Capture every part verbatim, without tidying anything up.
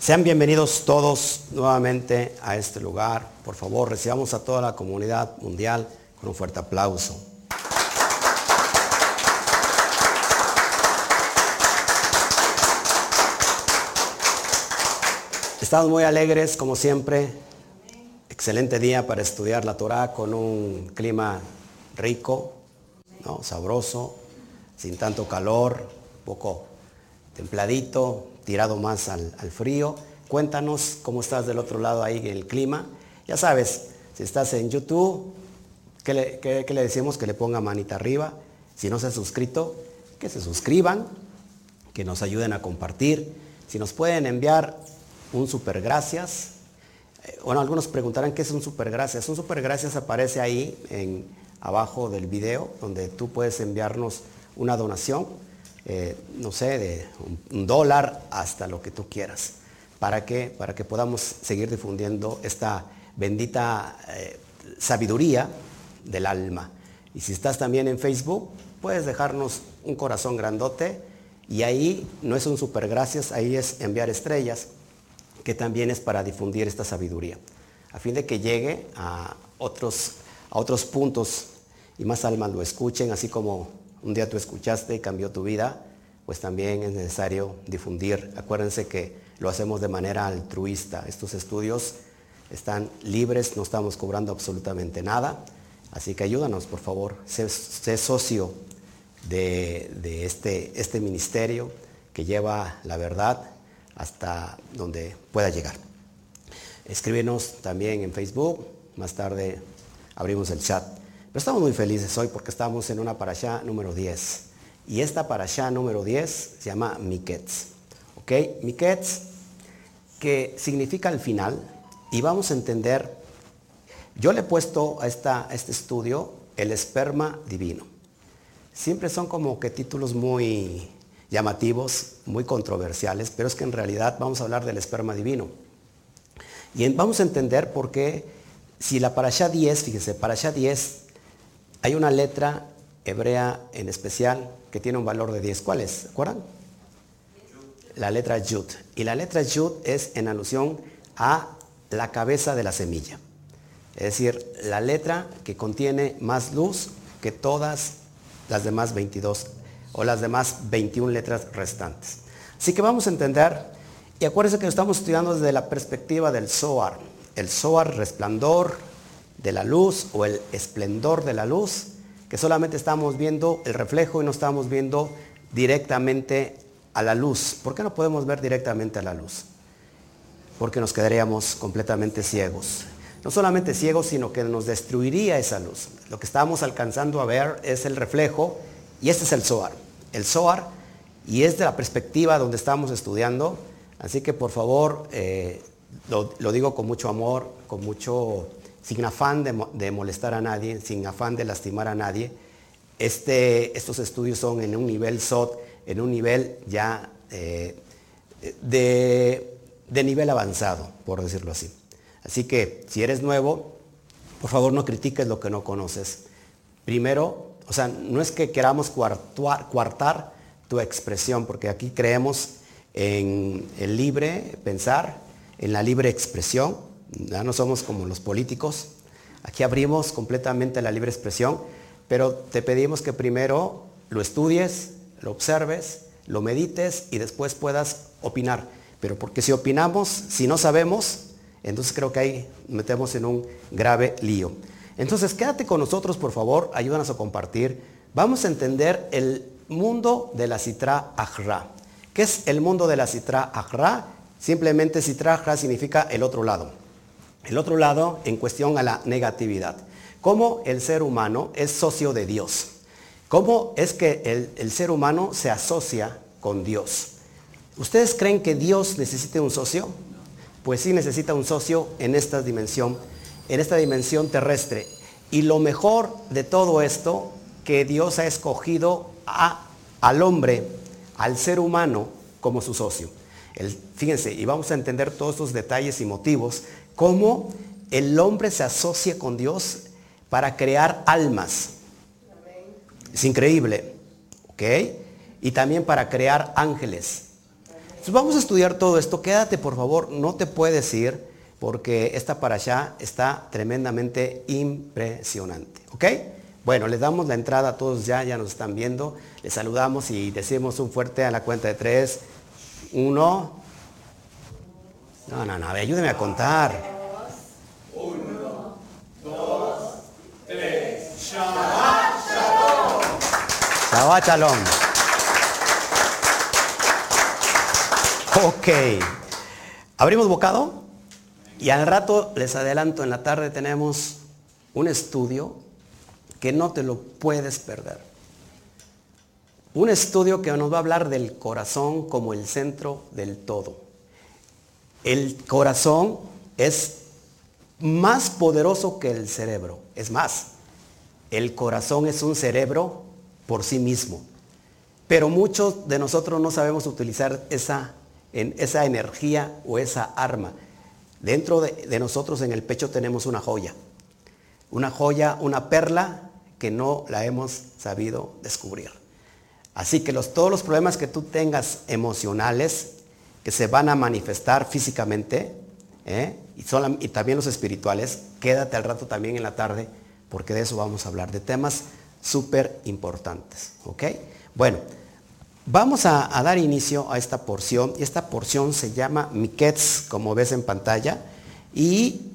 Sean bienvenidos todos nuevamente a este lugar. Por favor, recibamos a toda la comunidad mundial con un fuerte aplauso. Estamos muy alegres, como siempre. Excelente día para estudiar la Torá con un clima rico, ¿no? Sabroso, sin tanto calor, un poco templadito, tirado más al, al frío. Cuéntanos cómo estás del otro lado ahí en el clima. Ya sabes, si estás en YouTube, ¿qué le, qué, qué le decimos? Que le ponga manita arriba. Si no se ha suscrito, que se suscriban, que nos ayuden a compartir. Si nos pueden enviar un super gracias. Eh, bueno, algunos preguntarán qué es un super gracias. Un super gracias aparece ahí en, abajo del video, donde tú puedes enviarnos una donación. Eh, no sé, de un, un dólar hasta lo que tú quieras. ¿Para qué? Para que podamos seguir difundiendo esta bendita eh, sabiduría del alma. Y si estás también en Facebook, puedes dejarnos un corazón grandote y ahí no es un super gracias, ahí es enviar estrellas, que también es para difundir esta sabiduría, a fin de que llegue a otros, a otros puntos y más almas lo escuchen, así como un día tú escuchaste y cambió tu vida, pues también es necesario difundir. Acuérdense que lo hacemos de manera altruista. Estos estudios están libres, no estamos cobrando absolutamente nada. Así que ayúdanos, por favor. Sé, sé socio de, de este, este ministerio que lleva la verdad hasta donde pueda llegar. Escríbenos también en Facebook. Más tarde abrimos el chat. Pero estamos muy felices hoy porque estamos en una parashá número diez. Y esta parashá número diez se llama Miketz. ¿Ok? Miketz, que significa el final. Y vamos a entender, yo le he puesto a, esta, a este estudio el esperma divino. Siempre son como que títulos muy llamativos, muy controversiales, pero es que en realidad vamos a hablar del esperma divino. Y en, vamos a entender por qué, si la parashá diez, fíjense, parashá diez, hay una letra hebrea en especial que tiene un valor de diez. ¿Cuál es? ¿Se acuerdan? La letra Yud. Y la letra Yud es en alusión a la cabeza de la semilla. Es decir, la letra que contiene más luz que todas las demás veintidós o las demás veintiuna letras restantes. Así que vamos a entender, y acuérdense que lo estamos estudiando desde la perspectiva del Zohar. El Zohar, resplandor de la luz o el esplendor de la luz, que solamente estamos viendo el reflejo y no estamos viendo directamente a la luz. ¿Por qué no podemos ver directamente a la luz? Porque nos quedaríamos completamente ciegos. No solamente ciegos, sino que nos destruiría esa luz. Lo que estamos alcanzando a ver es el reflejo, y este es el Zohar. El Zohar, y es de la perspectiva donde estamos estudiando. Así que por favor, eh, lo, lo digo con mucho amor, con mucho... sin afán de, de molestar a nadie, sin afán de lastimar a nadie. Este, estos estudios son en un nivel S O T, en un nivel ya eh, de, de nivel avanzado, por decirlo así. Así que si eres nuevo, por favor no critiques lo que no conoces. Primero, o sea, no es que queramos cuartuar, coartar tu expresión, porque aquí creemos en el libre pensar, en la libre expresión. Ya no somos como los políticos. Aquí abrimos completamente la libre expresión, pero te pedimos que primero lo estudies, lo observes, lo medites y después puedas opinar. Pero porque si opinamos, si no sabemos, entonces creo que ahí metemos en un grave lío. Entonces quédate con nosotros, por favor, ayúdanos a compartir. Vamos a entender el mundo de la Sitra Achra. ¿Qué es el mundo de la Sitra Achra? Simplemente Sitra Achra significa el otro lado. El otro lado en cuestión a la negatividad. ¿Cómo el ser humano es socio de Dios? ¿Cómo es que el, el ser humano se asocia con Dios? ¿Ustedes creen que Dios necesite un socio? Pues sí necesita un socio en esta dimensión, en esta dimensión terrestre. Y lo mejor de todo esto, que Dios ha escogido a, al hombre, al ser humano, como su socio. El, fíjense, y vamos a entender todos estos detalles y motivos, cómo el hombre se asocia con Dios para crear almas. Es increíble, ¿ok? Y también para crear ángeles. Entonces vamos a estudiar todo esto. Quédate, por favor, no te puedes ir porque esta parashá está tremendamente impresionante. ¿Ok? Bueno, les damos la entrada a todos ya, ya nos están viendo. Les saludamos y decimos un fuerte a la cuenta de tres. Uno. No, no, no, ayúdeme a contar. Uno, dos, tres. Shabbat Shalom. Shabbat Shalom. Ok. Abrimos bocado y al rato, les adelanto, en la tarde tenemos un estudio que no te lo puedes perder. Un estudio que nos va a hablar del corazón como el centro del todo. El corazón es más poderoso que el cerebro. Es más, el corazón es un cerebro por sí mismo. Pero muchos de nosotros no sabemos utilizar esa, en, esa energía o esa arma. Dentro de, de nosotros en el pecho tenemos una joya. Una joya, una perla que no la hemos sabido descubrir. Así que los, todos los problemas que tú tengas emocionales, que se van a manifestar físicamente, ¿eh? y, sola, y también los espirituales, quédate al rato también en la tarde, porque de eso vamos a hablar, de temas súper importantes. ¿Ok? Bueno, vamos a, a dar inicio a esta porción, y esta porción se llama Miketz, como ves en pantalla, y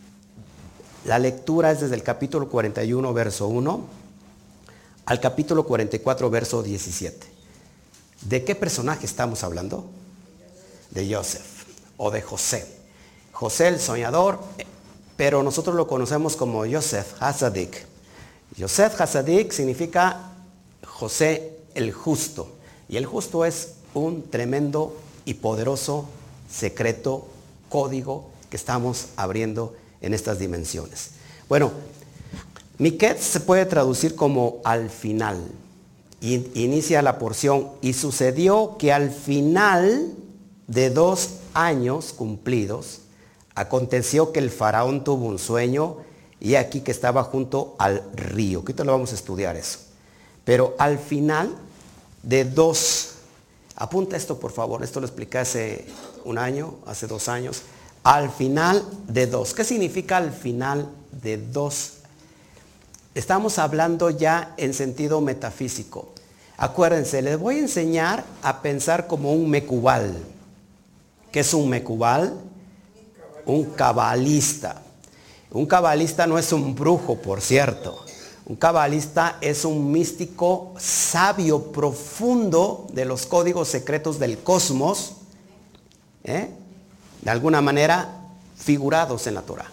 la lectura es desde el capítulo cuarenta y uno, verso uno, al capítulo cuarenta y cuatro, verso diecisiete. ¿De qué personaje estamos hablando? De Yosef, o de José. José el soñador, pero nosotros lo conocemos como Yosef Hasadik. Yosef Hasadik significa José el justo. Y el justo es un tremendo y poderoso secreto, código que estamos abriendo en estas dimensiones. Bueno, Miketz se puede traducir como al final. Y inicia la porción. Y sucedió que al final de dos años cumplidos, aconteció que el faraón tuvo un sueño y aquí que estaba junto al río. Ahorita lo vamos a estudiar eso. Pero al final de dos, apunta esto por favor, esto lo expliqué hace un año, hace dos años. Al final de dos. ¿Qué significa al final de dos? Estamos hablando ya en sentido metafísico. Acuérdense, les voy a enseñar a pensar como un mecubal. ¿Qué es un mecubal? Un cabalista. Un cabalista no es un brujo, por cierto. Un cabalista es un místico sabio profundo de los códigos secretos del cosmos, ¿eh? de alguna manera figurados en la Torah.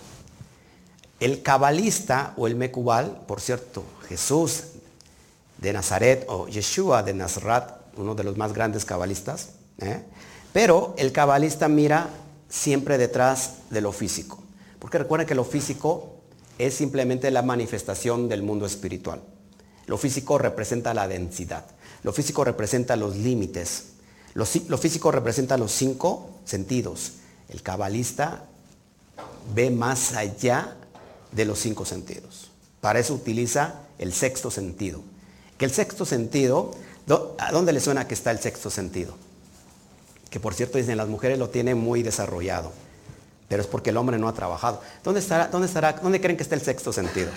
El cabalista o el mecubal, por cierto, Jesús de Nazaret o Yeshua de Nazaret, uno de los más grandes cabalistas, ¿eh? pero el cabalista mira siempre detrás de lo físico, porque recuerden que lo físico es simplemente la manifestación del mundo espiritual. Lo físico representa la densidad, lo físico representa los límites, lo, lo físico representa los cinco sentidos. El cabalista ve más allá de los cinco sentidos. Para eso utiliza el sexto sentido. Que el sexto sentido, ¿a dónde le suena que está el sexto sentido? Que por cierto dicen las mujeres lo tienen muy desarrollado, pero es porque el hombre no ha trabajado. ¿Dónde estará, dónde estará, dónde creen que está el sexto sentido?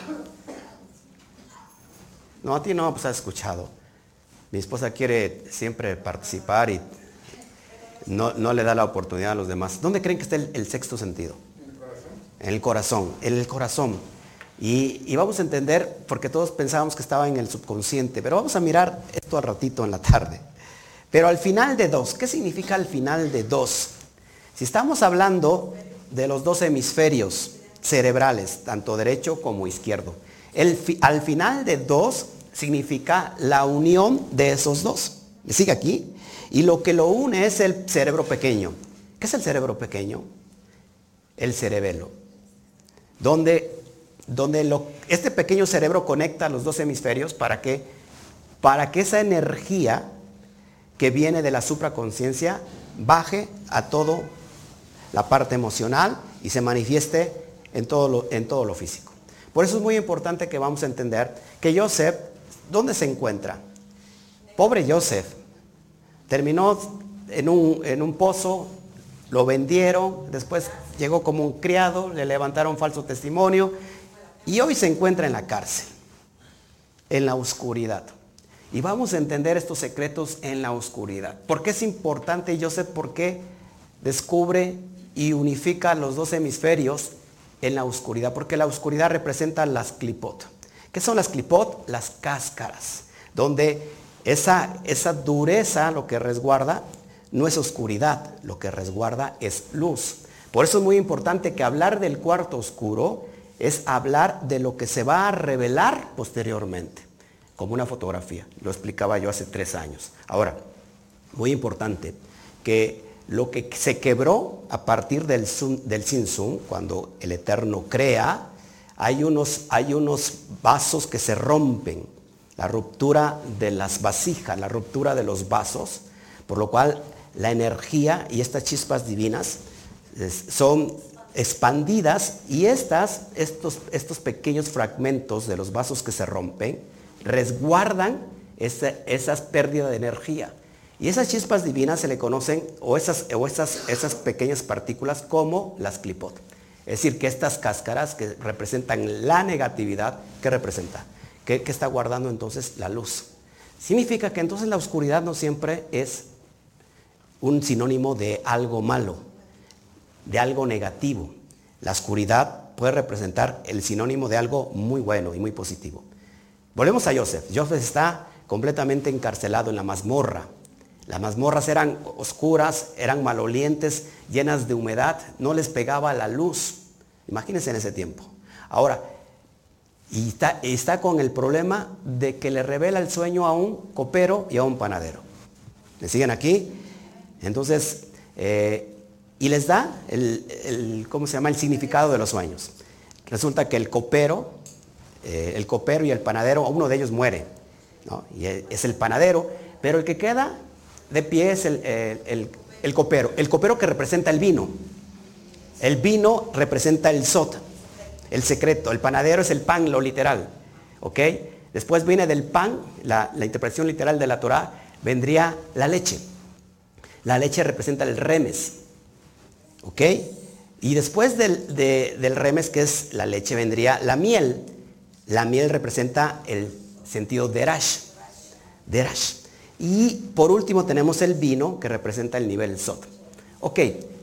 No, a ti no, pues has escuchado. Mi esposa quiere siempre participar y no, no le da la oportunidad a los demás. ¿Dónde creen que está el, el sexto sentido? En el corazón. En el corazón. Y, y vamos a entender, porque todos pensábamos que estaba en el subconsciente, pero vamos a mirar esto al ratito en la tarde. Pero al final de dos, ¿qué significa al final de dos? Si estamos hablando de los dos hemisferios cerebrales, tanto derecho como izquierdo, el fi, al final de dos significa la unión de esos dos. ¿Me sigue aquí? Y lo que lo une es el cerebro pequeño. ¿Qué es el cerebro pequeño? El cerebelo. Donde, donde lo, este pequeño cerebro conecta los dos hemisferios para que, para que esa energía que viene de la supraconciencia baje a todo la parte emocional y se manifieste en todo lo, en todo lo físico. Por eso es muy importante que vamos a entender que Yosef, ¿dónde se encuentra? Pobre Yosef, terminó en un, en un pozo, lo vendieron, después llegó como un criado, le levantaron falso testimonio y hoy se encuentra en la cárcel, en la oscuridad. Y vamos a entender estos secretos en la oscuridad. ¿Por qué es importante? Yo sé por qué descubre y unifica los dos hemisferios en la oscuridad. Porque la oscuridad representa las clipot. ¿Qué son las clipot? Las cáscaras, donde esa, esa dureza lo que resguarda no es oscuridad, lo que resguarda es luz. Por eso es muy importante que hablar del cuarto oscuro es hablar de lo que se va a revelar posteriormente, como una fotografía. Lo explicaba yo hace tres años. Ahora, muy importante, que lo que se quebró a partir del, del Sin Sun, cuando el Eterno crea, hay unos, hay unos vasos que se rompen, la ruptura de las vasijas, la ruptura de los vasos, por lo cual la energía y estas chispas divinas es, son expandidas y estas, estos, estos pequeños fragmentos de los vasos que se rompen resguardan esa, esas pérdidas de energía. Y esas chispas divinas se le conocen, o esas, o esas, esas pequeñas partículas, como las clipot. Es decir, que estas cáscaras que representan la negatividad, ¿qué representa? ¿Qué, qué está guardando entonces? La luz. Significa que entonces la oscuridad no siempre es un sinónimo de algo malo, de algo negativo. La oscuridad puede representar el sinónimo de algo muy bueno y muy positivo. Volvemos a Joseph. Joseph está completamente encarcelado en la mazmorra. Las mazmorras eran oscuras, eran malolientes, llenas de humedad, no les pegaba la luz. Imagínense en ese tiempo. Ahora, y está, está con el problema de que le revela el sueño a un copero y a un panadero. ¿Me siguen aquí? Entonces, eh, y les da el, el, ¿cómo se llama? El significado de los sueños. Resulta que el copero, eh, el copero y el panadero, uno de ellos muere, ¿no? Y es el panadero, pero el que queda de pie es el, el, el, el copero. El copero que representa el vino. El vino representa el sot, el secreto. El panadero es el pan, lo literal. ¿Ok? Después viene del pan, la, la interpretación literal de la Torah, vendría la leche. La leche representa el remes. ¿Ok? Y después del, de, del remes, que es la leche, vendría la miel. La miel representa el sentido derash. Derash. Y por último tenemos el vino, que representa el nivel sot. Ok.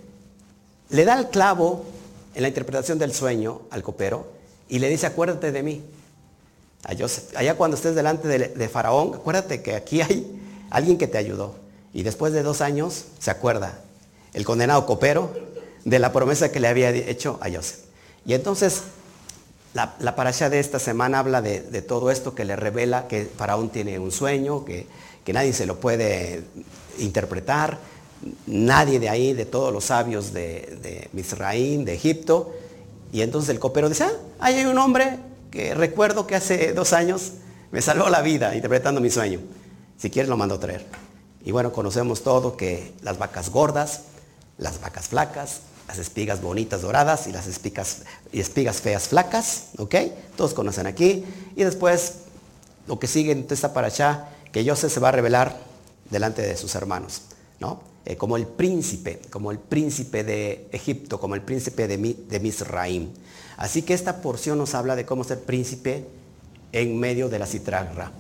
Le da el clavo en la interpretación del sueño al copero y le dice: acuérdate de mí. A Joseph. Allá cuando estés delante de, de Faraón, acuérdate que aquí hay alguien que te ayudó. Y después de dos años se acuerda el condenado copero de la promesa que le había hecho a Joseph. Y entonces la, la parasha de esta semana habla de, de todo esto, que le revela que Faraón tiene un sueño, que, que nadie se lo puede interpretar, nadie de ahí, de todos los sabios de, de Misraim, de Egipto. Y entonces el copero dice: ah, ahí hay un hombre que recuerdo que hace dos años me salvó la vida interpretando mi sueño. Si quieres lo mando a traer. Y bueno, conocemos todo, que las vacas gordas, las vacas flacas, las espigas bonitas doradas y las espigas, y espigas feas flacas, ¿ok? Todos conocen aquí. Y después, lo que sigue en esta parashá, que Joseph se va a revelar delante de sus hermanos, ¿no? Eh, como el príncipe, como el príncipe de Egipto, como el príncipe de, de Misraim. Así que esta porción nos habla de cómo ser príncipe en medio de la citragra.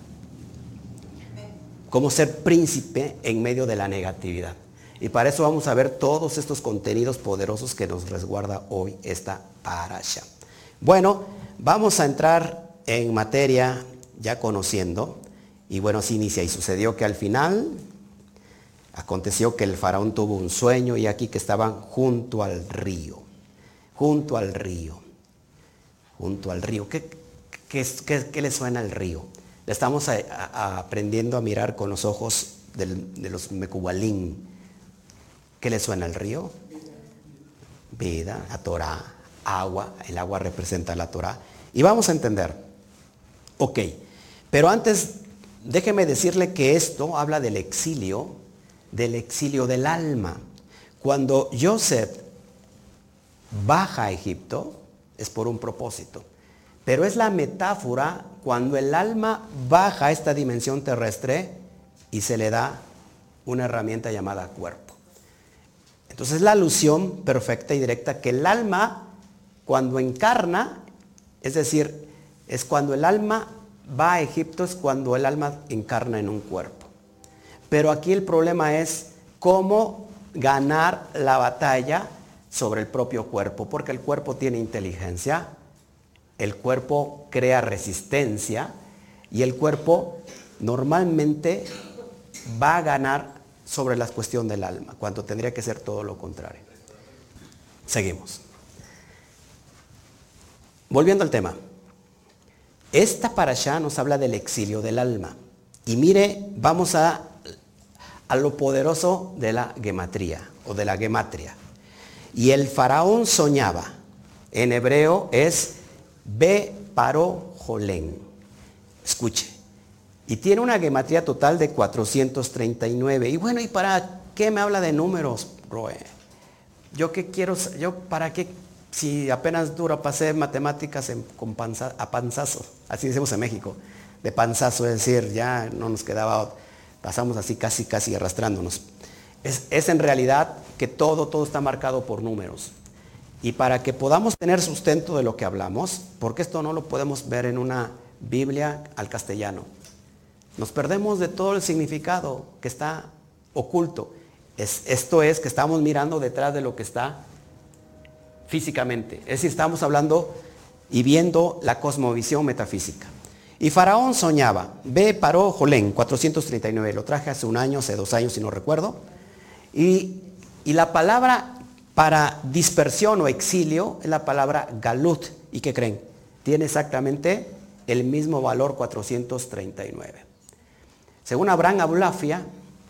Cómo ser príncipe en medio de la negatividad. Y para eso vamos a ver todos estos contenidos poderosos que nos resguarda hoy esta parasha. Bueno, vamos a entrar en materia ya conociendo. Y bueno, se inicia y sucedió que al final aconteció que el faraón tuvo un sueño, y aquí que estaban junto al río. Junto al río. Junto al río. ¿Qué, qué, qué, qué le suena al río? Le estamos a, a, aprendiendo a mirar con los ojos del, de los Mekubalim. ¿Qué le suena al río? Vida, la Torah, agua. El agua representa la Torah. Y vamos a entender. Ok, pero antes déjeme decirle que esto habla del exilio, del exilio del alma. Cuando Joseph baja a Egipto, es por un propósito. Pero es la metáfora cuando el alma baja a esta dimensión terrestre y se le da una herramienta llamada cuerpo. Entonces la alusión perfecta y directa que el alma cuando encarna, es decir, es cuando el alma va a Egipto, es cuando el alma encarna en un cuerpo. Pero aquí el problema es cómo ganar la batalla sobre el propio cuerpo, porque el cuerpo tiene inteligencia, el cuerpo crea resistencia y el cuerpo normalmente va a ganar sobre la cuestión del alma, cuando tendría que ser todo lo contrario. Seguimos. Volviendo al tema. Esta parashá nos habla del exilio del alma. Y mire, vamos a, a lo poderoso de la gematría o de la gematria. Y el faraón soñaba. En hebreo es Be Paró Jolén. Escuche. Y tiene una gematría total de cuatrocientos treinta y nueve. Y bueno, ¿y para qué me habla de números, Roe? Yo qué quiero, yo para qué, si apenas dura pasé matemáticas en, con panza, a panzazo, así decimos en México, de panzazo, es decir, ya no nos quedaba, pasamos así casi, casi arrastrándonos. Es, es en realidad que todo, todo está marcado por números. Y para que podamos tener sustento de lo que hablamos, porque esto no lo podemos ver en una Biblia al castellano. Nos perdemos de todo el significado que está oculto. Es, esto es que estamos mirando detrás de lo que está físicamente. Es decir, estamos hablando y viendo la cosmovisión metafísica. Y Faraón soñaba. Ve, paró, Jolén, cuatrocientos treinta y nueve. Lo traje hace un año, hace dos años, si no recuerdo. Y, y la palabra para dispersión o exilio es la palabra galut. ¿Y qué creen? Tiene exactamente el mismo valor, cuatrocientos treinta y nueve. Según Abraham Abulafia,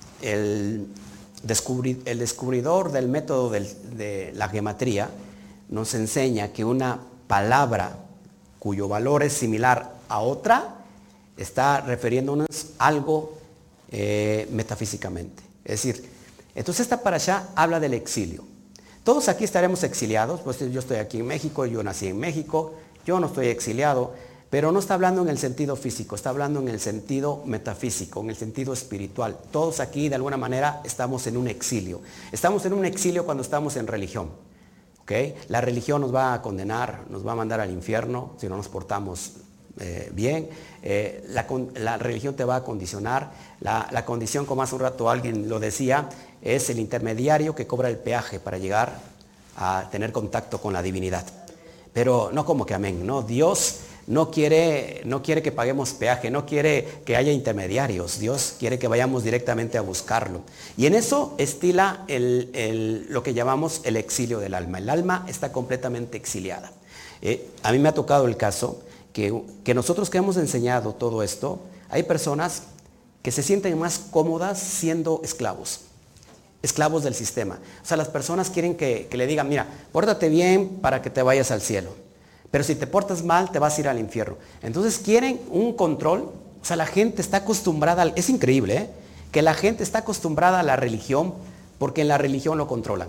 el, descubri, el descubridor del método del, de la gematría, nos enseña que una palabra cuyo valor es similar a otra está refiriéndonos a algo eh, metafísicamente. Es decir, entonces esta parashá habla del exilio. Todos aquí estaremos exiliados, pues yo estoy aquí en México, yo nací en México, yo no estoy exiliado. Pero no está hablando en el sentido físico, está hablando en el sentido metafísico, en el sentido espiritual. Todos aquí de alguna manera estamos en un exilio. Estamos en un exilio cuando estamos en religión. ¿Okay? La religión nos va a condenar, nos va a mandar al infierno si no nos portamos eh, bien. Eh, la, la religión te va a condicionar. La, la condición, como hace un rato alguien lo decía, es el intermediario que cobra el peaje para llegar a tener contacto con la divinidad. Pero no como que amén, no, Dios no quiere, no quiere que paguemos peaje, no quiere que haya intermediarios. Dios quiere que vayamos directamente a buscarlo. Y en eso estila el, el, lo que llamamos el exilio del alma. El alma está completamente exiliada. Eh, a mí me ha tocado el caso que, que nosotros que hemos enseñado todo esto, hay personas que se sienten más cómodas siendo esclavos. Esclavos del sistema. O sea, las personas quieren que, que le digan, mira, pórtate bien para que te vayas al cielo. Pero si te portas mal, te vas a ir al infierno. Entonces quieren un control. O sea, la gente está acostumbrada, al, es increíble, ¿eh? Que la gente está acostumbrada a la religión porque en la religión lo controlan.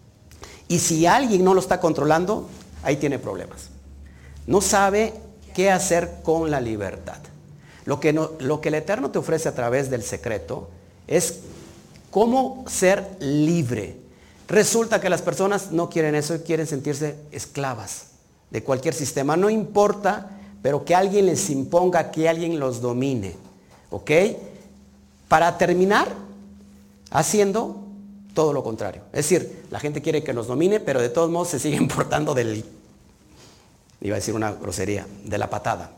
Y si alguien no lo está controlando, ahí tiene problemas. No sabe qué hacer con la libertad. Lo que, no, lo que el Eterno te ofrece a través del secreto es cómo ser libre. Resulta que las personas no quieren eso y quieren sentirse esclavas de cualquier sistema, no importa, pero que alguien les imponga, que alguien los domine, ¿ok? Para terminar haciendo todo lo contrario. Es decir, la gente quiere que los domine, pero de todos modos se siguen portando del, iba a decir una grosería, de la patada,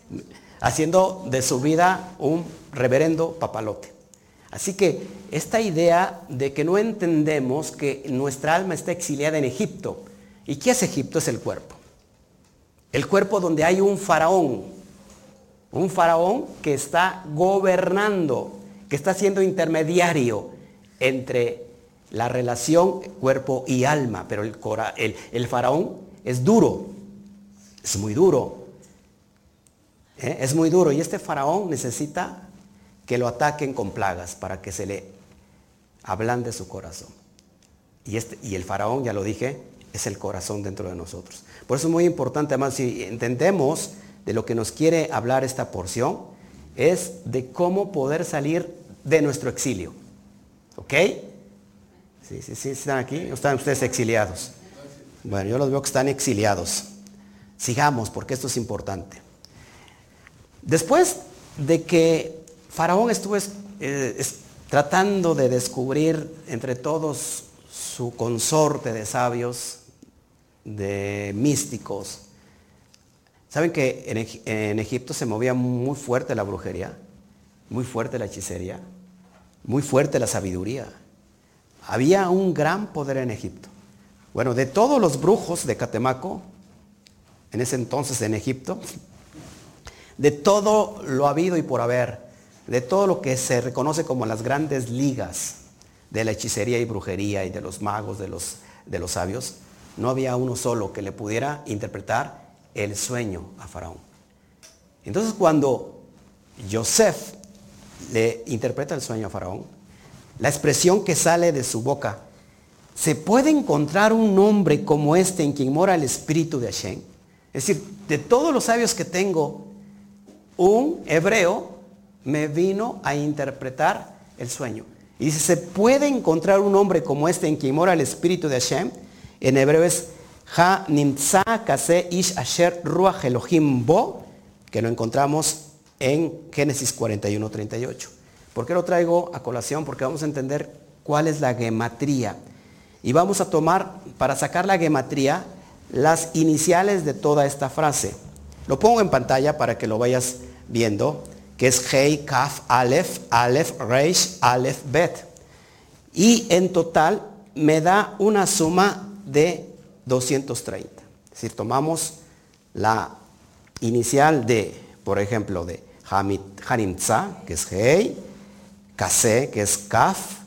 haciendo de su vida un reverendo papalote. Así que esta idea de que no entendemos que nuestra alma está exiliada en Egipto. ¿Y qué es Egipto? Es el cuerpo. El cuerpo donde hay un faraón, un faraón que está gobernando, que está siendo intermediario entre la relación cuerpo y alma. Pero el, el, el faraón es duro, es muy duro, ¿eh? es muy duro. Y este faraón necesita que lo ataquen con plagas para que se le ablande su corazón. Y, este, y el faraón, ya lo dije, es el corazón dentro de nosotros. Por eso es muy importante, además, si entendemos de lo que nos quiere hablar esta porción, es de cómo poder salir de nuestro exilio. ¿Ok? Sí, sí, sí, ¿están aquí? ¿O están ustedes exiliados? Bueno, yo los veo que están exiliados. Sigamos, porque esto es importante. Después de que Faraón estuvo eh, es, tratando de descubrir entre todos su consorte de sabios, de místicos, ¿saben que en, en Egipto se movía muy fuerte la brujería? Muy fuerte la hechicería, muy fuerte la sabiduría. Había un gran poder en Egipto. Bueno, de todos los brujos de Catemaco, en ese entonces en Egipto, de todo lo habido y por haber, de todo lo que se reconoce como las grandes ligas de la hechicería y brujería y de los magos, de los, de los sabios, no había uno solo que le pudiera interpretar el sueño a Faraón. Entonces cuando Yosef le interpreta el sueño a Faraón, la expresión que sale de su boca, ¿se puede encontrar un hombre como este en quien mora el espíritu de Hashem? Es decir, de todos los sabios que tengo, un hebreo me vino a interpretar el sueño. Y dice, ¿se puede encontrar un hombre como este en quien mora el espíritu de Hashem? En hebreo es Ha Nimtza Kase Ish Asher Ruach Elohim Bo, que lo encontramos en Génesis cuarenta y uno, treinta y ocho. ¿Por qué lo traigo a colación? Porque vamos a entender cuál es la gematría. Y vamos a tomar, para sacar la gematría, las iniciales de toda esta frase. Lo pongo en pantalla para que lo vayas viendo, que es Hei, Kaf, Aleph, Aleph, Reish, Aleph, Bet. Y en total me da una suma de doscientos treinta. Es decir, tomamos la inicial de, por ejemplo, de Hanimtza, que es Hei, Kase, que es Kaf,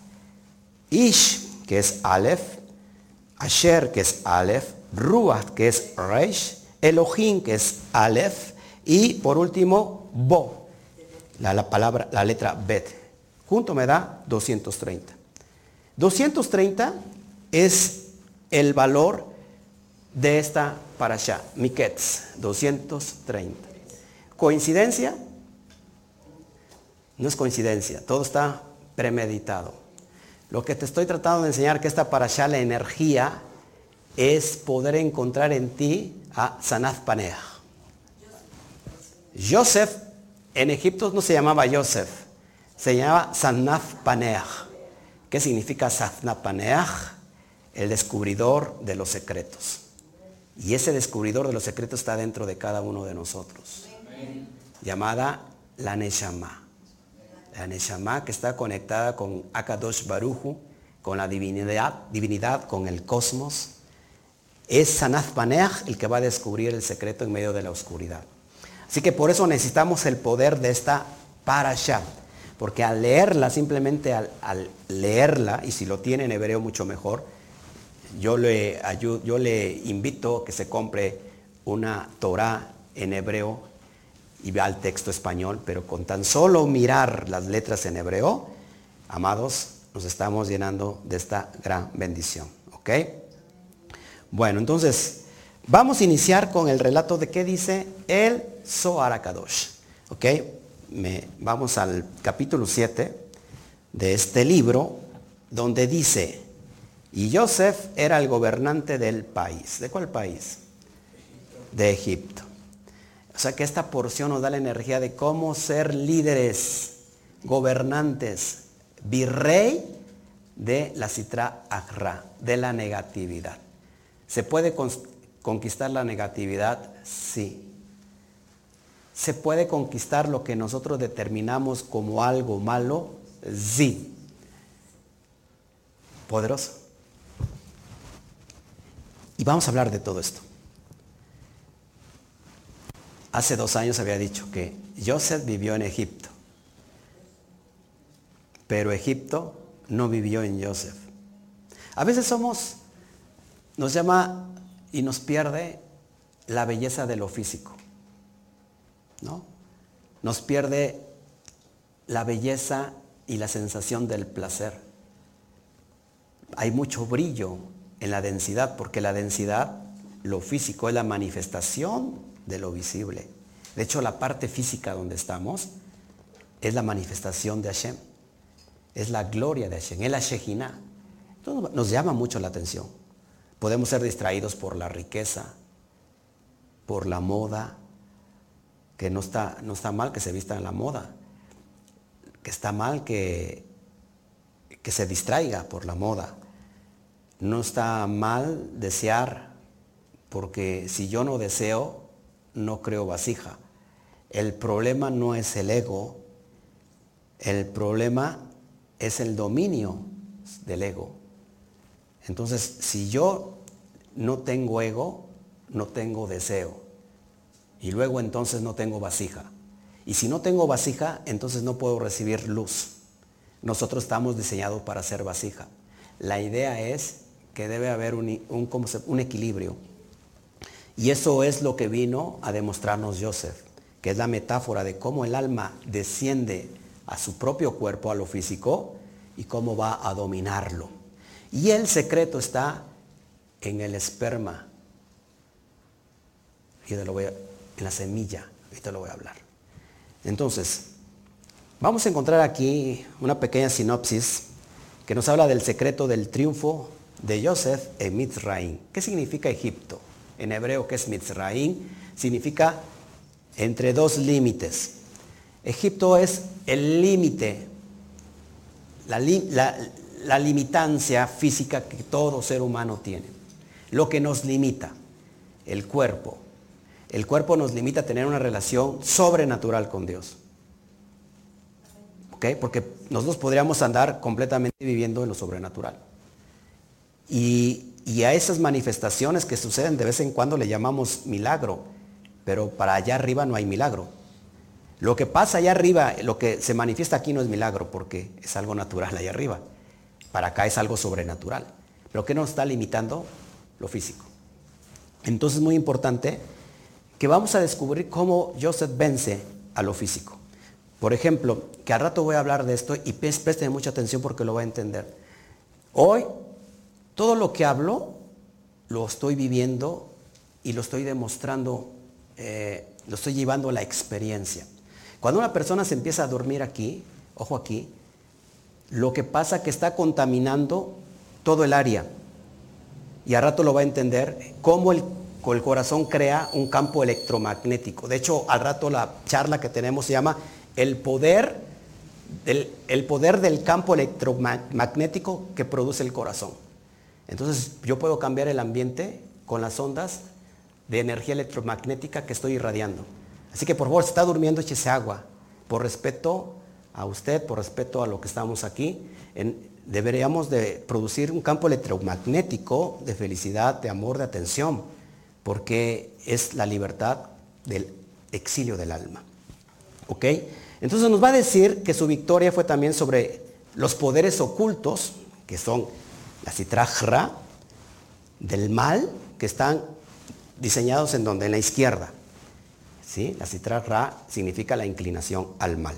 Ish, que es Aleph, Asher, que es Aleph, Ruach, que es Reish, Elohim, que es Aleph, y por último, Bo, la, la palabra, la letra Bet. Junto me da doscientos treinta. doscientos treinta es el valor de esta parashá, Miketz, doscientos treinta. ¿Coincidencia? No es coincidencia, todo está premeditado. Lo que te estoy tratando de enseñar que esta parashá, la energía, es poder encontrar en ti a Sanaf Paneah. Joseph en Egipto no se llamaba Joseph, se llamaba Sanaf Paneah. ¿Qué significa Sanaf Paneah? El descubridor de los secretos. Y ese descubridor de los secretos está dentro de cada uno de nosotros. Amén. Llamada la Neshama. La Neshama, que está conectada con Akadosh Baruchu, con la divinidad, divinidad, con el cosmos. Es Sanaf Paneah el que va a descubrir el secreto en medio de la oscuridad. Así que por eso necesitamos el poder de esta parashá. Porque al leerla, simplemente al, al leerla, y si lo tiene en hebreo mucho mejor, yo le, ayudo, yo le invito a que se compre una Torah en hebreo y vea el texto español, pero con tan solo mirar las letras en hebreo, amados, nos estamos llenando de esta gran bendición. ¿Ok? Bueno, entonces, vamos a iniciar con el relato de qué dice el Zohar HaKadosh. ¿Ok? Me, vamos al capítulo siete de este libro, donde dice, y Yosef era el gobernante del país. ¿De cuál país? De Egipto. O sea que esta porción nos da la energía de cómo ser líderes, gobernantes, virrey de la Sitra Achra, de la negatividad. ¿Se puede conquistar la negatividad? Sí. ¿Se puede conquistar lo que nosotros determinamos como algo malo? Sí. Poderoso. Y vamos a hablar de todo esto. Hace dos años había dicho que Joseph vivió en Egipto, pero Egipto no vivió en Joseph. A veces somos, nos llama y nos pierde la belleza de lo físico, ¿no? Nos pierde la belleza y la sensación del placer. Hay mucho brillo en la densidad, porque la densidad, lo físico, es la manifestación de lo visible. De hecho, la parte física donde estamos es la manifestación de Hashem. Es es la gloria de Hashem, es la Shejinah. Entonces nos llama mucho la atención. Podemos ser distraídos por la riqueza, por la moda, que no está, no está mal que se vista en la moda, que está mal que, que se distraiga por la moda. No está mal desear, porque si yo no deseo, no creo vasija. El problema no es el ego, el problema es el dominio del ego. Entonces, si yo no tengo ego, no tengo deseo. Y luego entonces no tengo vasija. Y si no tengo vasija, entonces no puedo recibir luz. Nosotros estamos diseñados para ser vasija. La idea es que debe haber un, un, un equilibrio. Y eso es lo que vino a demostrarnos Joseph, que es la metáfora de cómo el alma desciende a su propio cuerpo, a lo físico, y cómo va a dominarlo. Y el secreto está en el esperma. Y te lo voy a, en la semilla, ahorita lo voy a hablar. Entonces, vamos a encontrar aquí una pequeña sinopsis que nos habla del secreto del triunfo de Joseph en Mitzraim. ¿Qué significa Egipto? En hebreo, ¿qué es Mitzraim? Significa entre dos límites. Egipto es el límite, la, la, la limitancia física que todo ser humano tiene. Lo que nos limita, el cuerpo. El cuerpo nos limita a tener una relación sobrenatural con Dios. ¿Ok? Porque nosotros podríamos andar completamente viviendo en lo sobrenatural. Y, y a esas manifestaciones que suceden de vez en cuando le llamamos milagro, pero para allá arriba no hay milagro. Lo que pasa allá arriba, lo que se manifiesta aquí no es milagro, porque es algo natural allá arriba. Para acá es algo sobrenatural. Pero ¿qué nos está limitando? Lo físico. Entonces es muy importante que vamos a descubrir cómo Joseph vence a lo físico. Por ejemplo, que al rato voy a hablar de esto y presten mucha atención porque lo voy a entender. Hoy, todo lo que hablo, lo estoy viviendo y lo estoy demostrando, eh, lo estoy llevando a la experiencia. Cuando una persona se empieza a dormir aquí, ojo aquí, lo que pasa es que está contaminando todo el área. Y al rato lo va a entender cómo el, el corazón crea un campo electromagnético. De hecho, al rato la charla que tenemos se llama el poder del, el poder del campo electromagnético que produce el corazón. Entonces, yo puedo cambiar el ambiente con las ondas de energía electromagnética que estoy irradiando. Así que por favor, si está durmiendo, échese agua. Por respeto a usted, por respeto a lo que estamos aquí, en, deberíamos de producir un campo electromagnético de felicidad, de amor, de atención, porque es la libertad del exilio del alma. ¿Ok? Entonces nos va a decir que su victoria fue también sobre los poderes ocultos, que son la Sitrajra, del mal, que están diseñados en donde, en la izquierda. ¿Sí? La Sitrajra significa la inclinación al mal.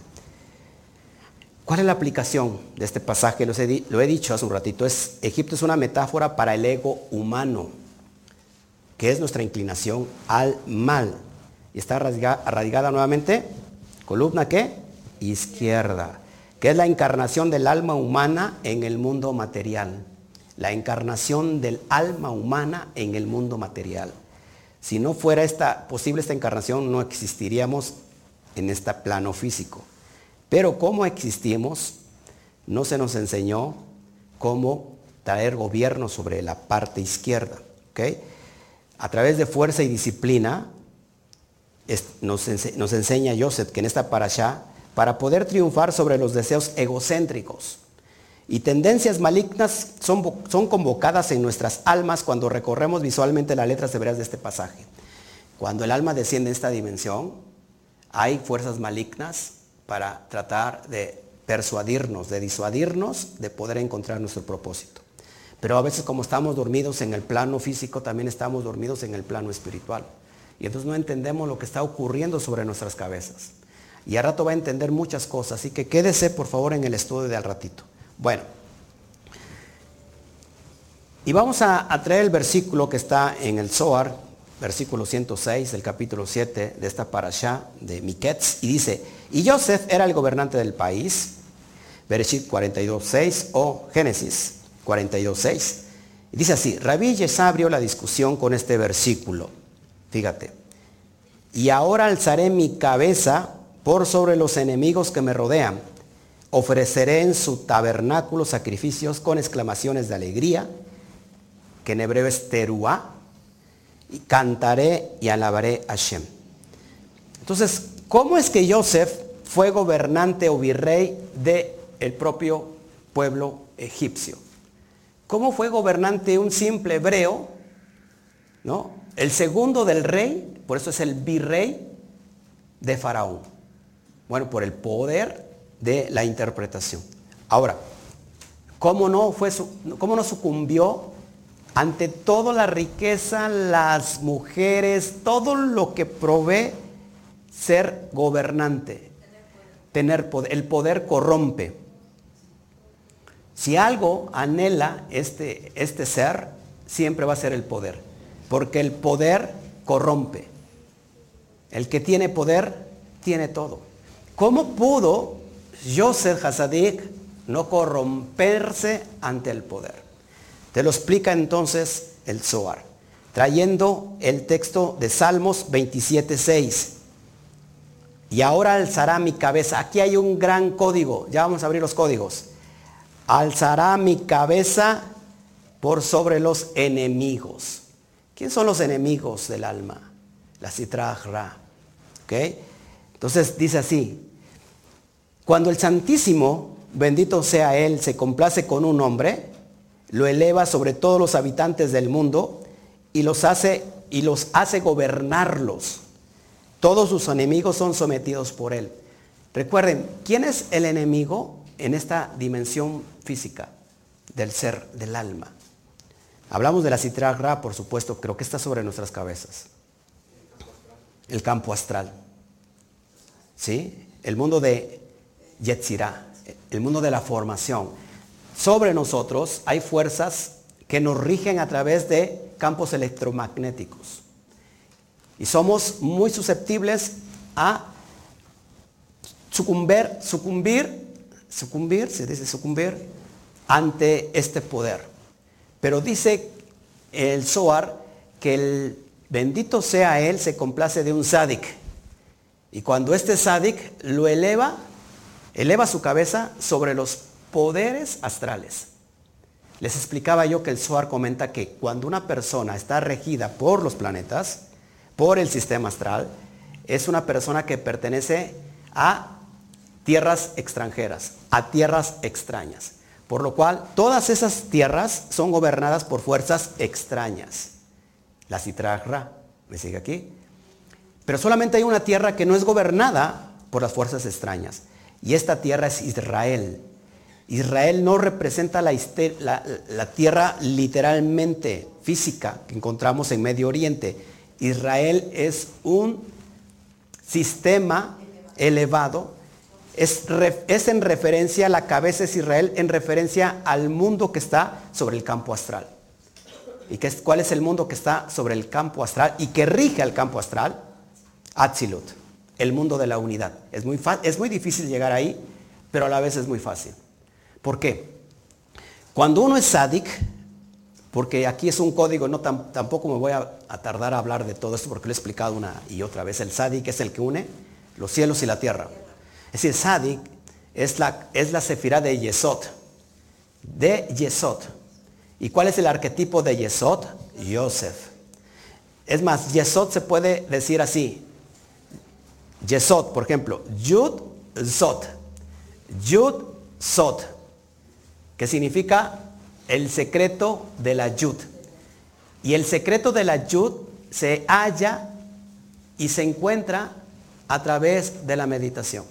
¿Cuál es la aplicación de este pasaje? Lo he, lo he dicho hace un ratito. Es, Egipto es una metáfora para el ego humano, que es nuestra inclinación al mal. Y está arraigada, arraigada nuevamente, columna ¿qué? Izquierda, que es la encarnación del alma humana en el mundo material. La encarnación del alma humana en el mundo material. Si no fuera esta, posible esta encarnación, no existiríamos en este plano físico. Pero como existimos, no se nos enseñó cómo traer gobierno sobre la parte izquierda. ¿Okay? A través de fuerza y disciplina, es, nos, ense, nos enseña Joseph que en esta parashá, para poder triunfar sobre los deseos egocéntricos y tendencias malignas son, son convocadas en nuestras almas cuando recorremos visualmente las letras hebreas de este pasaje. Cuando el alma desciende en esta dimensión, hay fuerzas malignas para tratar de persuadirnos, de disuadirnos, de poder encontrar nuestro propósito. Pero a veces como estamos dormidos en el plano físico, también estamos dormidos en el plano espiritual. Y entonces no entendemos lo que está ocurriendo sobre nuestras cabezas. Y al rato va a entender muchas cosas, así que quédese por favor en el estudio de al ratito. Bueno, y vamos a, a traer el versículo que está en el Zohar, versículo ciento seis del capítulo siete de esta parashá de Miketz, y dice, y Joseph era el gobernante del país, Bereshit cuarenta y dos seis o Génesis cuarenta y dos seis. Y dice así, Rabí Yesá abrió la discusión con este versículo. Fíjate. Y ahora alzaré mi cabeza por sobre los enemigos que me rodean. Ofreceré en su tabernáculo sacrificios con exclamaciones de alegría, que en hebreo es teruá, y cantaré y alabaré a Hashem. Entonces, ¿cómo es que Joseph fue gobernante o virrey del propio pueblo egipcio? ¿Cómo fue gobernante un simple hebreo? ¿No? El segundo del rey, por eso es el virrey de Faraón. Bueno, por el poder de la interpretación. Ahora, ¿cómo no, fue su, cómo no sucumbió ante toda la riqueza, las mujeres, todo lo que provee ser gobernante? Tener poder. El poder corrompe. Si algo anhela este, este ser, siempre va a ser el poder. Porque el poder corrompe. El que tiene poder, tiene todo. ¿Cómo pudo Yosef Hasadik no corromperse ante el poder? Te lo explica entonces el Zohar, trayendo el texto de Salmos veintisiete seis. Y ahora alzará mi cabeza. Aquí hay un gran código. Ya vamos a abrir los códigos. Alzará mi cabeza por sobre los enemigos. ¿Quién son los enemigos del alma? La Sitra Achra. ¿Ok? Entonces dice así. Cuando el Santísimo, bendito sea Él, se complace con un hombre, lo eleva sobre todos los habitantes del mundo y los hace, y los hace gobernarlos. Todos sus enemigos son sometidos por Él. Recuerden, ¿quién es el enemigo en esta dimensión física del ser, del alma? Hablamos de la Sitra Achra, por supuesto, creo que está sobre nuestras cabezas. El campo astral. ¿Sí? El mundo de Yetzirah, el mundo de la formación. Sobre nosotros hay fuerzas que nos rigen a través de campos electromagnéticos. Y somos muy susceptibles a sucumbir, sucumbir, sucumbir, se dice sucumbir, ante este poder. Pero dice el Zohar que el bendito sea Él se complace de un sádic. Y cuando este sádic lo eleva, eleva su cabeza sobre los poderes astrales. Les explicaba yo que el Zohar comenta que cuando una persona está regida por los planetas, por el sistema astral, es una persona que pertenece a tierras extranjeras, a tierras extrañas. Por lo cual, todas esas tierras son gobernadas por fuerzas extrañas. La Sitra Achra, ¿me sigue aquí? Pero solamente hay una tierra que no es gobernada por las fuerzas extrañas. Y esta tierra es Israel. Israel no representa la, la, la tierra literalmente física que encontramos en Medio Oriente. Israel es un sistema elevado. Es, es en referencia, la cabeza es Israel, en referencia al mundo que está sobre el campo astral. ¿Y qué es, cuál es el mundo que está sobre el campo astral y que rige al campo astral? Atzilut, el mundo de la unidad. Es muy, es muy difícil llegar ahí, pero a la vez es muy fácil. ¿Por qué? Cuando uno es sádic, porque aquí es un código, no tam, tampoco me voy a, a tardar a hablar de todo esto porque lo he explicado una y otra vez. El sádic es el que une los cielos y la tierra. Es decir, sádic es la, es la sefirá de Yesod, de Yesod. ¿Y cuál es el arquetipo de Yesod? Yosef. Es más, Yesod se puede decir así. Yesod, por ejemplo, Yud Zod. Yud Zod, que significa el secreto de la Yud. Y el secreto de la Yud se halla y se encuentra a través de la meditación.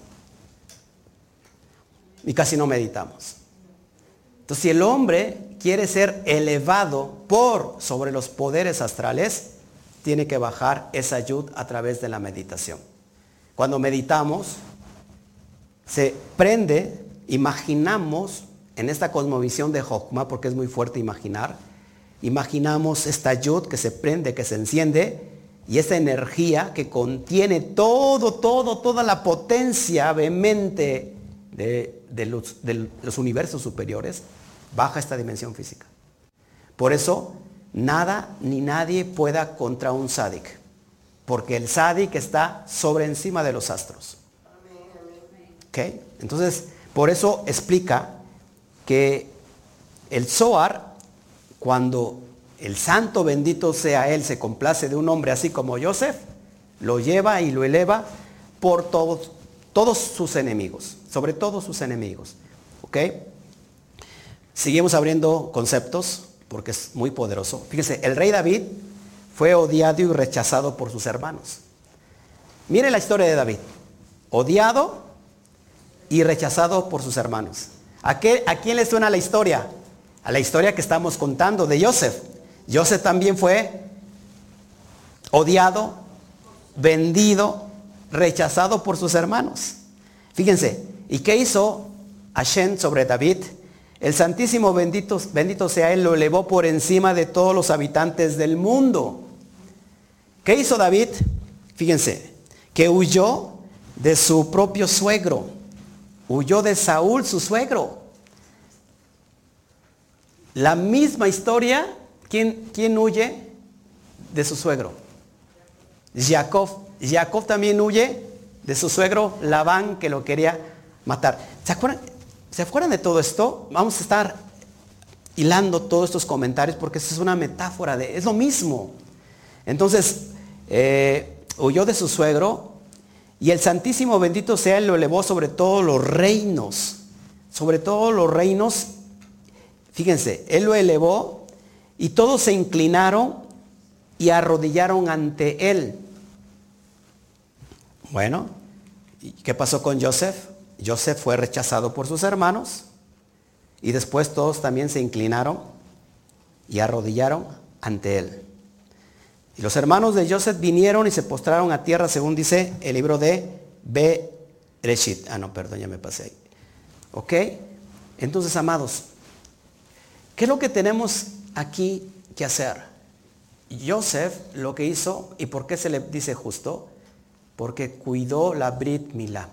Y casi no meditamos. Entonces, si el hombre quiere ser elevado por sobre los poderes astrales, tiene que bajar esa Yud a través de la meditación. Cuando meditamos, se prende, imaginamos en esta cosmovisión de Jochma, porque es muy fuerte imaginar, imaginamos esta Yud que se prende, que se enciende, y esa energía que contiene todo, todo, toda la potencia vehemente de, de, los, de los universos superiores, baja esta dimensión física. Por eso, nada ni nadie pueda contra un sádic, porque el sádic está sobre encima de los astros. ¿Ok? Entonces, por eso explica que el Zohar, cuando el santo bendito sea él, se complace de un hombre así como Yosef, lo lleva y lo eleva por todos, todos sus enemigos, sobre todos sus enemigos. ¿Ok? Seguimos abriendo conceptos porque es muy poderoso. Fíjense, el rey David fue odiado y rechazado por sus hermanos. Mire la historia de David. Odiado y rechazado por sus hermanos. ¿A, qué, ¿A quién le suena la historia? A la historia que estamos contando de Yosef. Yosef también fue odiado, vendido, rechazado por sus hermanos. Fíjense, ¿y qué hizo Hashem sobre David? El Santísimo bendito, bendito sea él, lo elevó por encima de todos los habitantes del mundo. ¿Qué hizo David? Fíjense, que huyó de su propio suegro. Huyó de Saúl, su suegro. La misma historia, ¿quién, quién huye de su suegro? Jacob. Jacob también huye de su suegro Labán, que lo quería matar. ¿Se acuerdan? ¿Se acuerdan de todo esto? Vamos a estar hilando todos estos comentarios porque eso es una metáfora, de, es lo mismo. Entonces, eh, huyó de su suegro y el Santísimo bendito sea él lo elevó sobre todos los reinos. Sobre todos los reinos, fíjense, él lo elevó y todos se inclinaron y arrodillaron ante él. Bueno, ¿qué pasó con Yosef? Yosef fue rechazado por sus hermanos y después todos también se inclinaron y arrodillaron ante él. Y los hermanos de Yosef vinieron y se postraron a tierra, según dice el libro de Bereshit. Ah, no, perdón, ya me pasé ahí. ¿Ok? Entonces, amados, ¿qué es lo que tenemos aquí que hacer? Yosef lo que hizo, ¿y por qué se le dice justo? Porque cuidó la Brit Milá.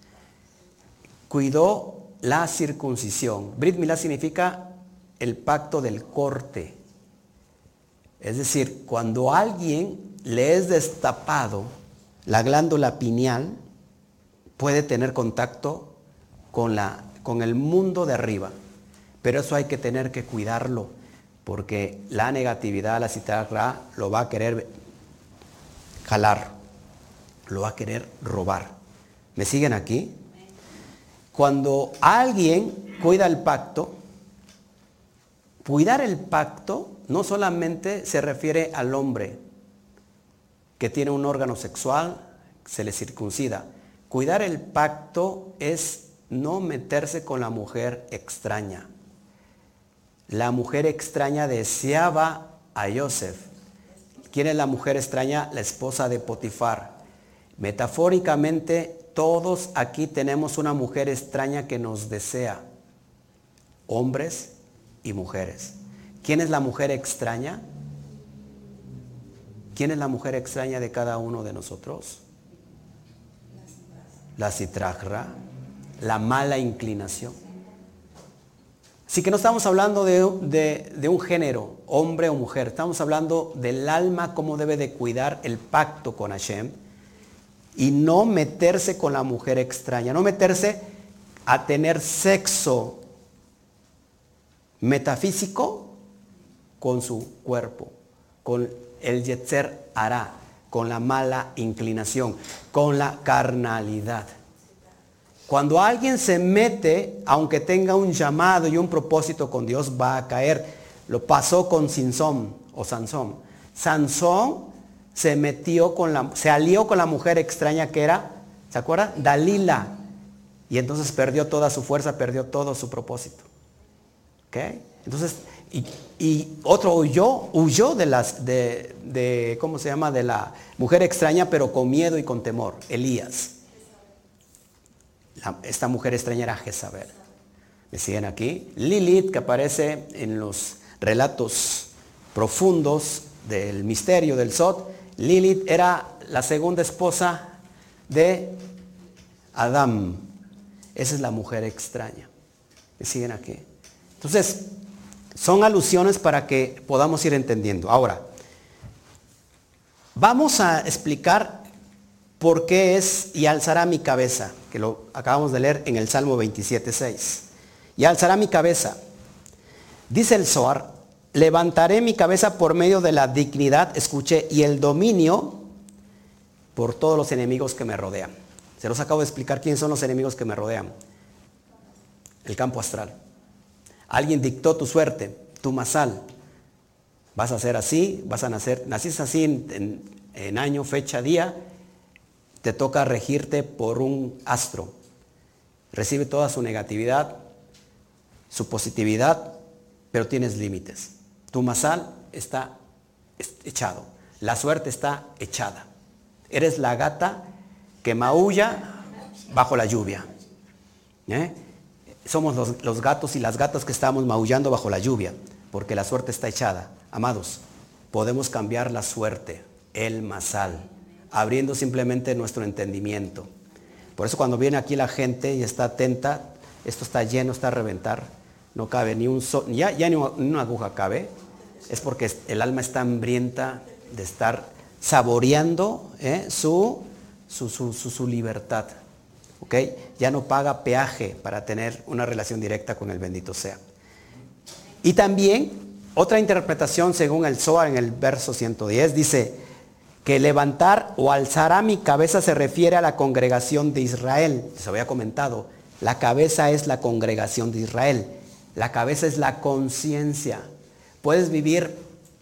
Cuidó la circuncisión. Brit Milá significa el pacto del corte. Es decir, cuando a alguien le es destapado la glándula pineal, puede tener contacto con, la, con el mundo de arriba. Pero eso hay que tener que cuidarlo, porque la negatividad, la Sitra Achra, lo va a querer jalar, lo va a querer robar. ¿Me siguen aquí? Cuando alguien cuida el pacto, cuidar el pacto no solamente se refiere al hombre que tiene un órgano sexual, se le circuncida. Cuidar el pacto es no meterse con la mujer extraña. La mujer extraña deseaba a Yosef. ¿Quién es la mujer extraña? La esposa de Potifar. Metafóricamente, todos aquí tenemos una mujer extraña que nos desea. Hombres y mujeres. ¿Quién es la mujer extraña? ¿Quién es la mujer extraña de cada uno de nosotros? La Sitra Achra, la mala inclinación. Así que no estamos hablando de, de, de un género, hombre o mujer. Estamos hablando del alma, cómo debe de cuidar el pacto con Hashem y no meterse con la mujer extraña, no meterse a tener sexo metafísico con su cuerpo, con el Yetzer Hará, con la mala inclinación, con la carnalidad. Cuando alguien se mete, aunque tenga un llamado y un propósito con Dios, va a caer. Lo pasó con Sansón o Sansón. Sansón se metió con la, se alió con la mujer extraña que era, ¿se acuerdan? Dalila. Y entonces perdió toda su fuerza, perdió todo su propósito. ¿Ok? Entonces, y, y otro huyó, huyó de las, de, de, ¿cómo se llama? De la mujer extraña, pero con miedo y con temor. Elías. La, esta mujer extraña era Jezabel. ¿Me siguen aquí? Lilith, que aparece en los relatos profundos del misterio del Sod. Lilith era la segunda esposa de Adán. Esa es la mujer extraña. ¿Me siguen aquí? Entonces, son alusiones para que podamos ir entendiendo. Ahora, vamos a explicar por qué es y alzará mi cabeza, que lo acabamos de leer en el Salmo veintisiete, seis. Y alzará mi cabeza. Dice el Zohar, levantaré mi cabeza por medio de la dignidad, escuché, y el dominio por todos los enemigos que me rodean. Se los acabo de explicar quiénes son los enemigos que me rodean. El campo astral. Alguien dictó tu suerte, tu masal. Vas a ser así, vas a nacer, naciste así en, en, en año, fecha, día. Te toca regirte por un astro. Recibe toda su negatividad, su positividad, pero tienes límites. Tu masal está echado. La suerte está echada. Eres la gata que maulla bajo la lluvia. ¿Eh? Somos los, los gatos y las gatas que estamos maullando bajo la lluvia, porque la suerte está echada. Amados, podemos cambiar la suerte, el masal, abriendo simplemente nuestro entendimiento. Por eso cuando viene aquí la gente y está atenta, esto está lleno, está a reventar, no cabe ni un sol, ya, ya ni una aguja cabe, es porque el alma está hambrienta de estar saboreando ¿eh? su, su, su, su, su libertad. ¿Okay? Ya no paga peaje para tener una relación directa con el bendito sea. Y también otra interpretación según el Zohar en el verso ciento diez dice que levantar o alzará mi cabeza se refiere a la congregación de Israel. Les había comentado, la cabeza es la congregación de Israel. La cabeza es la conciencia. Puedes vivir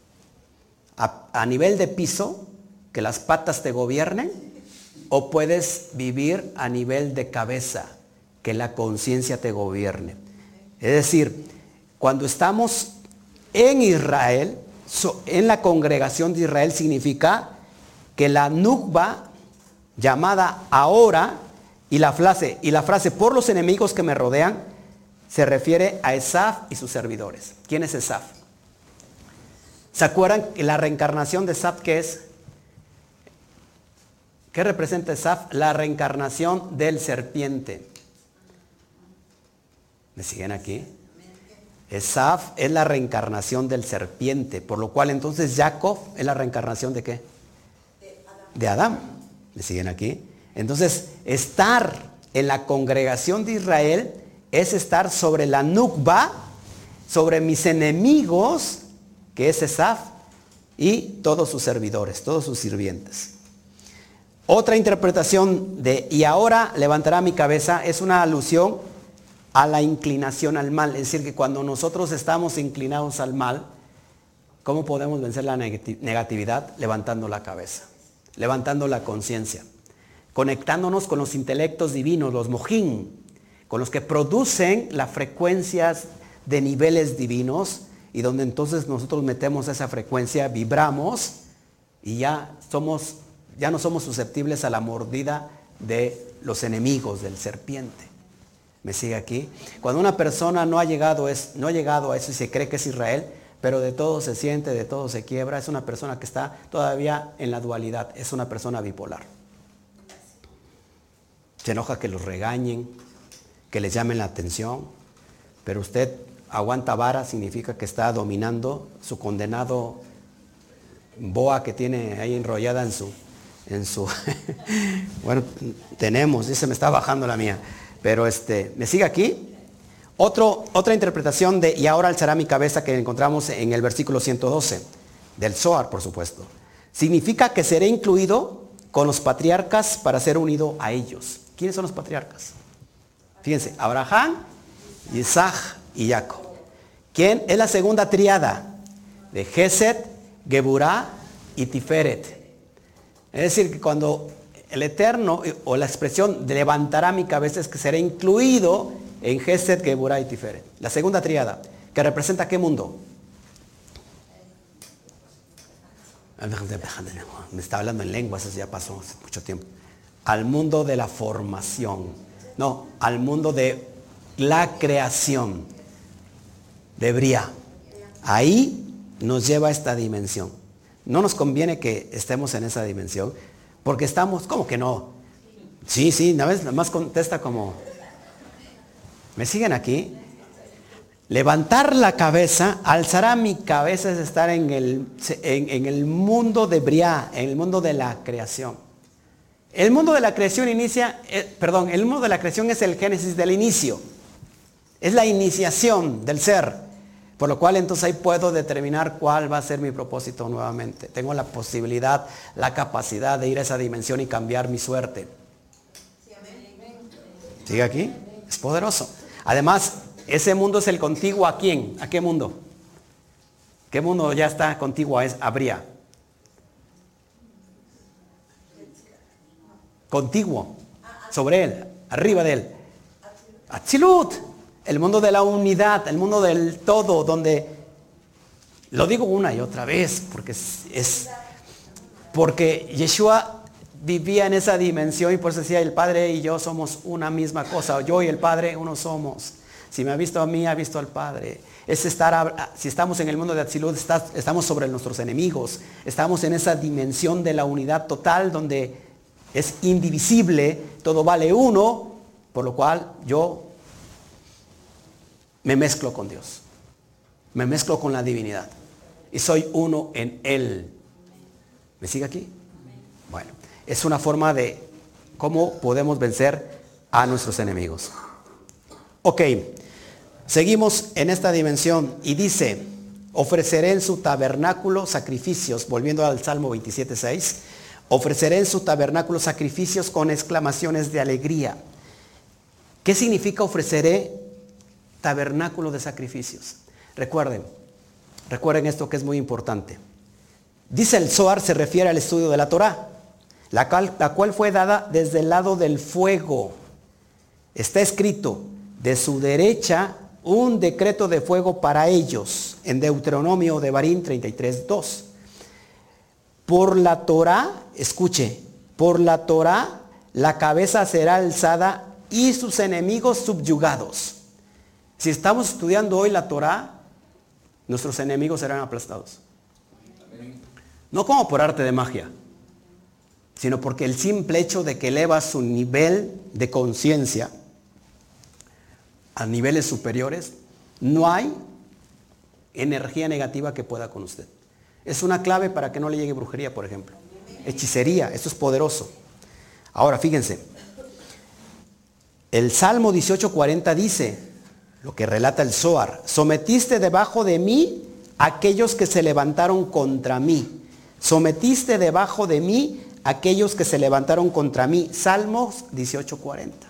a, a nivel de piso, que las patas te gobiernen, o puedes vivir a nivel de cabeza, que la conciencia te gobierne. Es decir, cuando estamos en Israel, en la congregación de Israel, significa que la nukba, llamada ahora, y la frase, y la frase por los enemigos que me rodean, se refiere a Esaf y sus servidores. ¿Quién es Esaf? ¿Se acuerdan que la reencarnación de Esaf qué es? ¿Qué representa Esaf? La reencarnación del serpiente. ¿Me siguen aquí? Esaf es la reencarnación del serpiente, por lo cual entonces Jacob es la reencarnación de qué? De Adán. ¿Me siguen aquí? Entonces, estar en la congregación de Israel es estar sobre la nukba, sobre mis enemigos, que es Esaf, y todos sus servidores, todos sus sirvientes. Otra interpretación de y ahora levantará mi cabeza es una alusión a la inclinación al mal. Es decir, que cuando nosotros estamos inclinados al mal, ¿cómo podemos vencer la negatividad? Levantando la cabeza, levantando la conciencia, conectándonos con los intelectos divinos, los mojín, con los que producen las frecuencias de niveles divinos, y donde entonces nosotros metemos esa frecuencia, vibramos y ya somos, ya no somos susceptibles a la mordida de los enemigos del serpiente. ¿Me sigue aquí? Cuando una persona no ha llegado, es, no ha llegado a eso y se cree que es Israel, pero de todo se siente, de todo se quiebra, es una persona que está todavía en la dualidad, es una persona bipolar. Se enoja que los regañen, que les llamen la atención, pero usted aguanta vara, significa que está dominando su condenado boa que tiene ahí enrollada en su, en su, bueno, tenemos, y se me está bajando la mía, pero este, ¿me sigue aquí? Otro, otra interpretación de y ahora alzará mi cabeza que encontramos en el versículo ciento doce, del Zohar, por supuesto. Significa que seré incluido con los patriarcas para ser unido a ellos. ¿Quiénes son los patriarcas? Fíjense, Abraham, Isaac y Jacob. ¿Quién es la segunda triada? De Gesed, Geburah y Tiferet. Es decir, que cuando el Eterno, o la expresión de levantará mi cabeza, es que será incluido en Gesed, Geburah y Tiferet. La segunda triada, que representa ¿qué mundo? Me está hablando en lenguas, eso ya pasó hace mucho tiempo. Al mundo de la formación. No, al mundo de la creación. De Bria. Ahí nos lleva a esta dimensión. No nos conviene que estemos en esa dimensión, porque estamos, ¿cómo que no? Sí, sí, una vez nada más contesta como, ¿Me siguen aquí? Levantar la cabeza, alzará mi cabeza es estar en el, en, en el mundo de Briá, en el mundo de la creación. El mundo de la creación inicia, eh, perdón, el mundo de la creación es el génesis del inicio. Es la iniciación del ser. Por lo cual entonces ahí puedo determinar cuál va a ser mi propósito nuevamente. Tengo la posibilidad, la capacidad de ir a esa dimensión y cambiar mi suerte. ¿Sigue aquí? Es poderoso. Además, ese mundo es el contiguo ¿a quién? ¿A qué mundo? ¿Qué mundo ya está contiguo a Abría? Contiguo, sobre él, arriba de él. Atzilut, el mundo de la unidad, el mundo del todo, donde, lo digo una y otra vez, porque es, es porque Yeshua vivía en esa dimensión y por eso decía, el Padre y yo somos una misma cosa, yo y el Padre uno somos. Si me ha visto a mí, ha visto al Padre. Es estar, si estamos en el mundo de Atzilut, estamos sobre nuestros enemigos. Estamos en esa dimensión de la unidad total donde es indivisible, todo vale uno, por lo cual yo me mezclo con Dios. Me mezclo con la divinidad. Y soy uno en Él. ¿Me sigue aquí? Bueno, es una forma de cómo podemos vencer a nuestros enemigos. Ok, seguimos en esta dimensión y dice, ofreceré en su tabernáculo sacrificios, volviendo al Salmo veintisiete seis, ofreceré en su tabernáculo sacrificios con exclamaciones de alegría. ¿Qué significa ofreceré tabernáculo de sacrificios? Recuerden, recuerden esto que es muy importante. Dice el Zohar, se refiere al estudio de la Torá, la cual, la cual fue dada desde el lado del fuego. Está escrito, de su derecha un decreto de fuego para ellos, en Deuteronomio de Barín treinta y tres dos. Por la Torá, escuche, por la Torá la cabeza será alzada y sus enemigos subyugados. Si estamos estudiando hoy la Torá, nuestros enemigos serán aplastados. No como por arte de magia, sino porque el simple hecho de que eleva su nivel de conciencia a niveles superiores, no hay energía negativa que pueda con usted. Es una clave para que no le llegue brujería, por ejemplo. Hechicería, esto es poderoso. Ahora, fíjense. El Salmo dieciocho cuarenta dice, lo que relata el Zohar, sometiste debajo de mí a aquellos que se levantaron contra mí. Sometiste debajo de mí a aquellos que se levantaron contra mí. Salmos dieciocho cuarenta.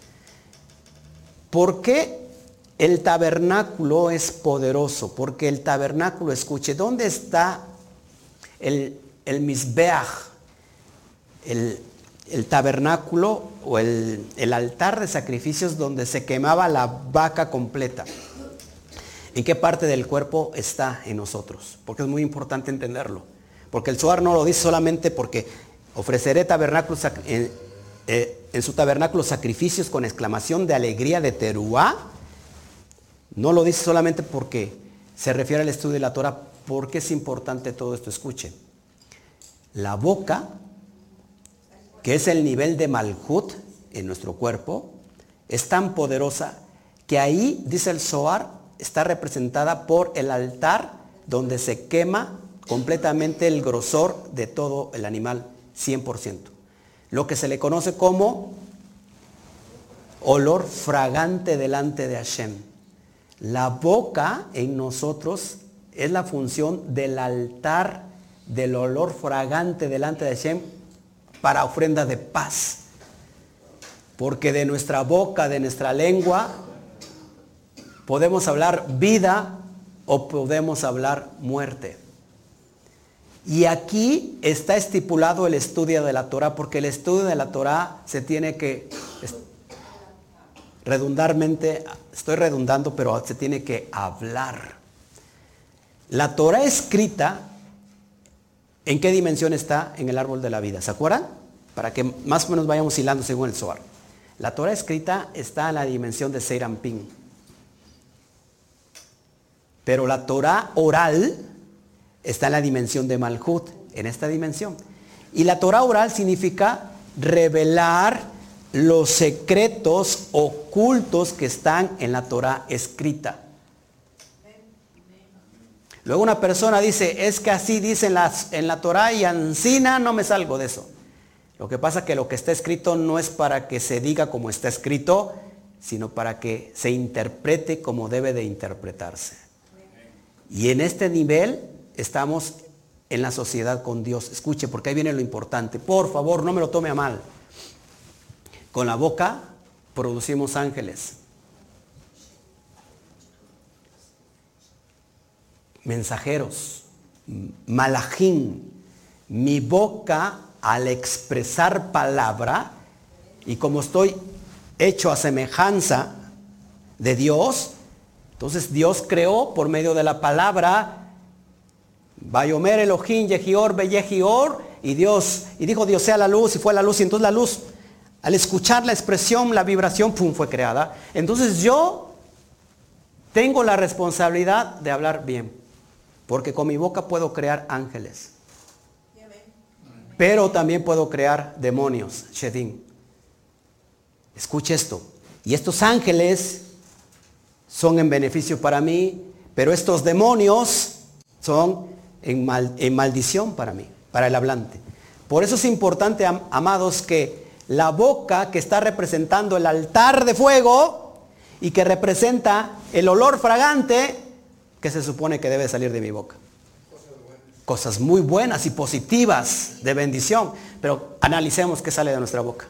¿Por qué el tabernáculo es poderoso? Porque el tabernáculo, escuche, ¿dónde está el, el Mizbeach? El, el tabernáculo o el, el altar de sacrificios donde se quemaba la vaca completa. ¿En qué parte del cuerpo está en nosotros? Porque es muy importante entenderlo. Porque el Zohar no lo dice solamente porque ofreceré tabernáculos en, eh, en su tabernáculo sacrificios con exclamación de alegría de teruá. No lo dice solamente porque se refiere al estudio de la Torah. ¿Por qué es importante todo esto? Escuchen. La boca, que es el nivel de Malhut en nuestro cuerpo, es tan poderosa que ahí, dice el Zohar, está representada por el altar donde se quema completamente el grosor de todo el animal, cien por ciento. Lo que se le conoce como olor fragante delante de Hashem. La boca en nosotros es la función del altar del olor fragante delante de Hashem para ofrenda de paz. Porque de nuestra boca, de nuestra lengua, podemos hablar vida o podemos hablar muerte. Y aquí está estipulado el estudio de la Torah, porque el estudio de la Torah se tiene que, redundarmente, estoy redundando, pero se tiene que hablar. La Torah escrita, ¿en qué dimensión está? En el árbol de la vida. ¿Se acuerdan? Para que más o menos vayamos hilando según el Zohar. La Torah escrita está en la dimensión de Zeir Anpin. Pero la Torah oral está en la dimensión de Malhut, en esta dimensión. Y la Torah oral significa revelar los secretos ocultos que están en la Torah escrita. Luego una persona dice, es que así dice en la, en la Torah y ansina no me salgo de eso. Lo que pasa es que lo que está escrito no es para que se diga como está escrito, sino para que se interprete como debe de interpretarse. Y en este nivel estamos en la sociedad con Dios. Escuche, porque ahí viene lo importante. Por favor, no me lo tome a mal. Con la boca producimos ángeles, mensajeros, malajín. Mi boca, al expresar palabra, y como estoy hecho a semejanza de Dios, entonces Dios creó por medio de la palabra, Vayomer Elohim Yehior Beyehior, y Dios, y dijo Dios sea la luz, y fue la luz, y entonces la luz, al escuchar la expresión, la vibración, pum, fue creada. Entonces yo tengo la responsabilidad de hablar bien, porque con mi boca puedo crear ángeles, pero también puedo crear demonios, Shedim. Escuche esto. Y estos ángeles son en beneficio para mí, pero estos demonios son en, mal, en maldición para mí, para el hablante. Por eso es importante, am, amados, que la boca que está representando el altar de fuego y que representa el olor fragante que se supone que debe salir de mi boca. Cosas muy buenas y positivas de bendición, pero analicemos qué sale de nuestra boca.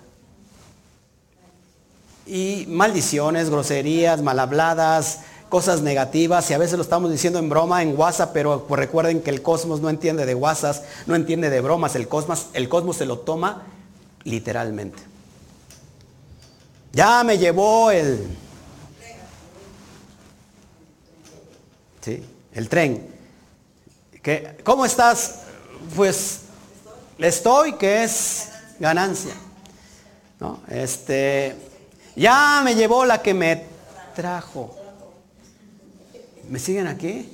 Y maldiciones, groserías, mal habladas, cosas negativas, y a veces lo estamos diciendo en broma, en WhatsApp, pero pues recuerden que el cosmos no entiende de WhatsApp, no entiende de bromas, el cosmos, el cosmos se lo toma literalmente. Ya me llevó el, ¿sí? el tren. ¿Qué? ¿Cómo estás? Pues estoy, que es ganancia. ¿No? Este, ya me llevó la que me trajo. ¿Me siguen aquí?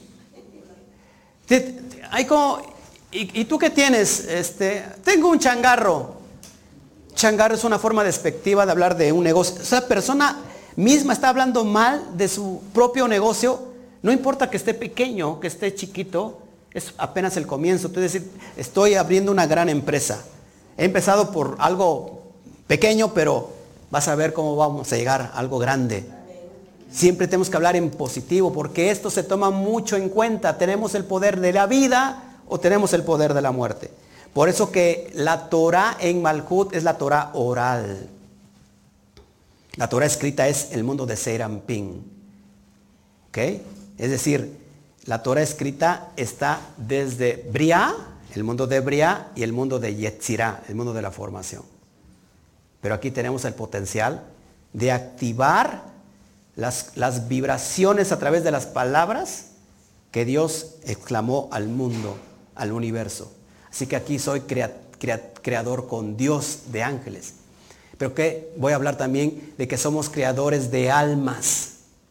Hay como, ¿y, y tú qué tienes? Este, tengo un changarro. Changarro es una forma despectiva de hablar de un negocio. Esa persona misma está hablando mal de su propio negocio. No importa que esté pequeño, que esté chiquito, es apenas el comienzo. Es decir, estoy abriendo una gran empresa. He empezado por algo pequeño, pero vas a ver cómo vamos a llegar a algo grande. Siempre tenemos que hablar en positivo, porque esto se toma mucho en cuenta. ¿Tenemos el poder de la vida o tenemos el poder de la muerte? Por eso que la Torah en Malhut es la Torah oral. La Torah escrita es el mundo de Serampín. ¿Ok? Es decir, la Torah escrita está desde Briá, el mundo de Briá, y el mundo de Yetzirá, el mundo de la formación. Pero aquí tenemos el potencial de activar las, las vibraciones a través de las palabras que Dios exclamó al mundo, al universo. Así que aquí soy crea, crea, creador con Dios de ángeles. Pero que voy a hablar también de que somos creadores de almas.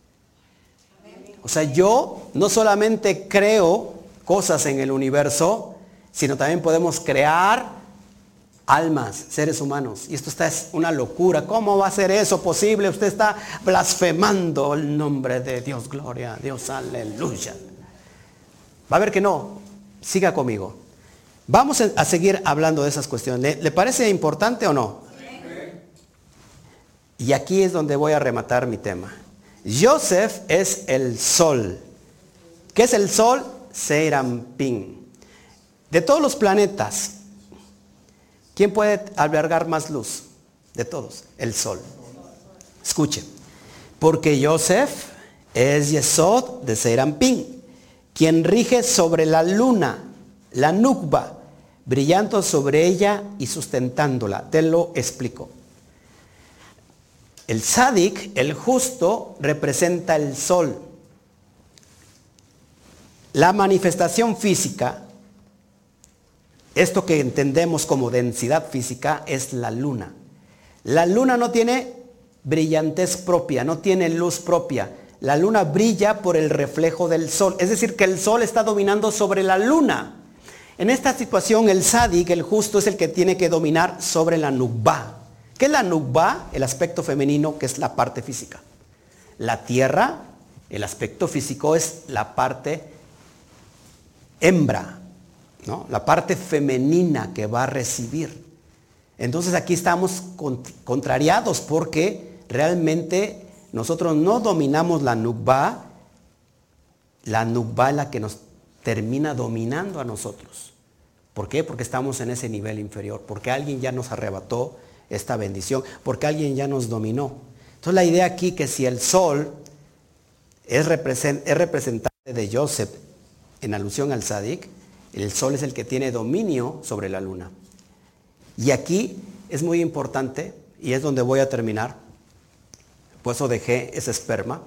O sea, yo no solamente creo cosas en el universo, sino también podemos crear almas, seres humanos. Y esto está, es una locura. ¿Cómo va a ser eso posible? Usted está blasfemando el nombre de Dios. Gloria a Dios, aleluya. Va a ver que no. Siga conmigo. Vamos a seguir hablando de esas cuestiones. ¿Le, ¿le parece importante o no? Y aquí es donde voy a rematar mi tema. Yosef es el sol. ¿Qué es el sol? Serampín. De todos los planetas, ¿quién puede albergar más luz? De todos, el sol. Escuche. Porque Yosef es Yesod de Serampín, quien rige sobre la luna, la nukba, brillando sobre ella y sustentándola. Te lo explico. El Tzadik, el justo, representa el sol. La manifestación física, esto que entendemos como densidad física, es la luna. La luna no tiene brillantez propia, no tiene luz propia. La luna brilla por el reflejo del sol. Es decir, que el sol está dominando sobre la luna. En esta situación, el Tzadik, el justo, es el que tiene que dominar sobre la nukba, ¿Qué es la nukba? El aspecto femenino, que es la parte física. La tierra, el aspecto físico, es la parte hembra, ¿no? La parte femenina que va a recibir. Entonces aquí estamos contrariados porque realmente nosotros no dominamos la nukba. La nukba es la que nos termina dominando a nosotros. ¿Por qué? Porque estamos en ese nivel inferior, porque alguien ya nos arrebató esta bendición, porque alguien ya nos dominó. Entonces la idea aquí que si el sol es, represent, es representante de Joseph en alusión al Tzadik, el sol es el que tiene dominio sobre la luna. Y aquí es muy importante, y es donde voy a terminar, por eso dejé ese esperma,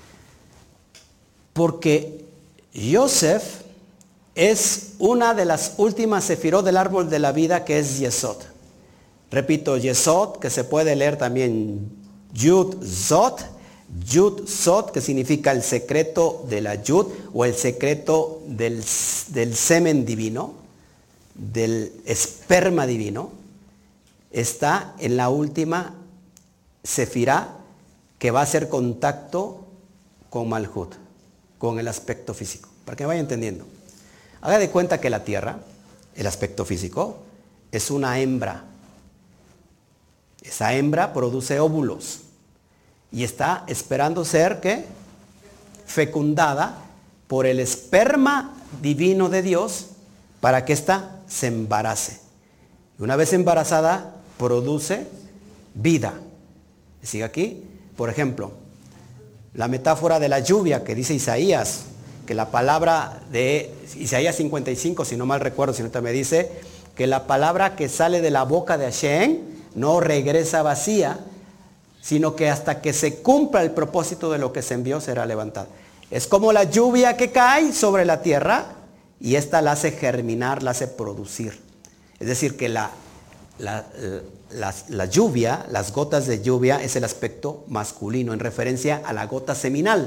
porque Joseph es una de las últimas sefirot del árbol de la vida, que es Yesod. Repito, Yesod, que se puede leer también Yud Zot, Yud Zot, que significa el secreto de la Yud, o el secreto del, del semen divino, del esperma divino, está en la última sefirá que va a hacer contacto con Malhut, con el aspecto físico, para que vaya entendiendo. Haga de cuenta que la tierra, el aspecto físico, es una hembra. Esa hembra produce óvulos y está esperando ser, ¿qué? Fecundada por el esperma divino de Dios para que ésta se embarace. Y una vez embarazada, produce vida. ¿Sigue aquí? Por ejemplo, la metáfora de la lluvia que dice Isaías, que la palabra de Isaías cincuenta y cinco, si no mal recuerdo, si no te me dice, que la palabra que sale de la boca de Hashem no regresa vacía, sino que hasta que se cumpla el propósito de lo que se envió será levantada. Es como la lluvia que cae sobre la tierra y esta la hace germinar, la hace producir. Es decir, que la, la, la, la lluvia, las gotas de lluvia es el aspecto masculino en referencia a la gota seminal.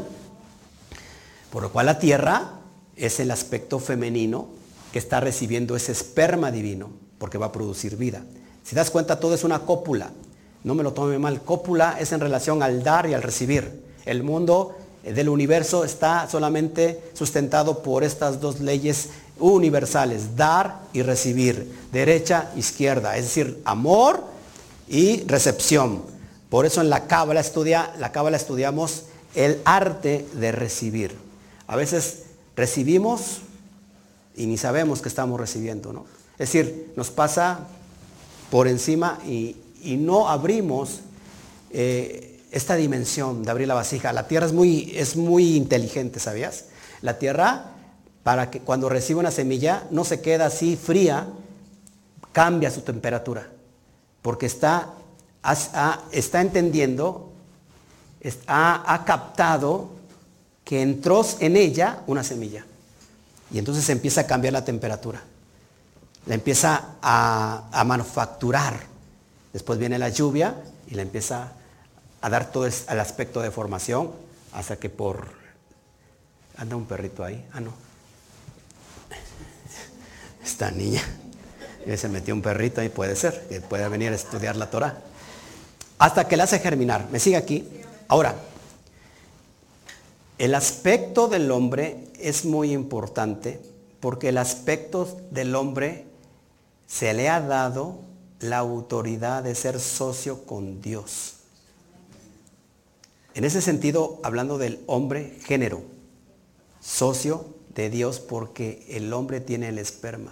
Por lo cual la tierra es el aspecto femenino que está recibiendo ese esperma divino porque va a producir vida. Si das cuenta, todo es una cópula. No me lo tome mal. Cópula es en relación al dar y al recibir. El mundo del universo está solamente sustentado por estas dos leyes universales, dar y recibir, derecha, izquierda, es decir, amor y recepción. Por eso en la Cábala estudia, la Cábala estudiamos el arte de recibir. A veces recibimos y ni sabemos que estamos recibiendo, ¿no? Es decir, nos pasa por encima y, y no abrimos eh, esta dimensión de abrir la vasija. La tierra es muy, es muy inteligente, ¿sabías? La tierra, para que cuando recibe una semilla, no se queda así fría, cambia su temperatura, porque está, ha, está entendiendo, ha, ha captado que entró en ella una semilla. Y entonces se empieza a cambiar la temperatura. La empieza a, a manufacturar. Después viene la lluvia y la empieza a dar todo el, el aspecto de formación hasta que por... Anda un perrito ahí. Ah, no. Esta niña. Se metió un perrito ahí, puede ser. Que puede venir a estudiar la Torah. Hasta que la hace germinar. ¿Me sigue aquí? Ahora, el aspecto del hombre es muy importante porque el aspecto del hombre se le ha dado la autoridad de ser socio con Dios. En ese sentido, hablando del hombre género, socio de Dios porque el hombre tiene el esperma.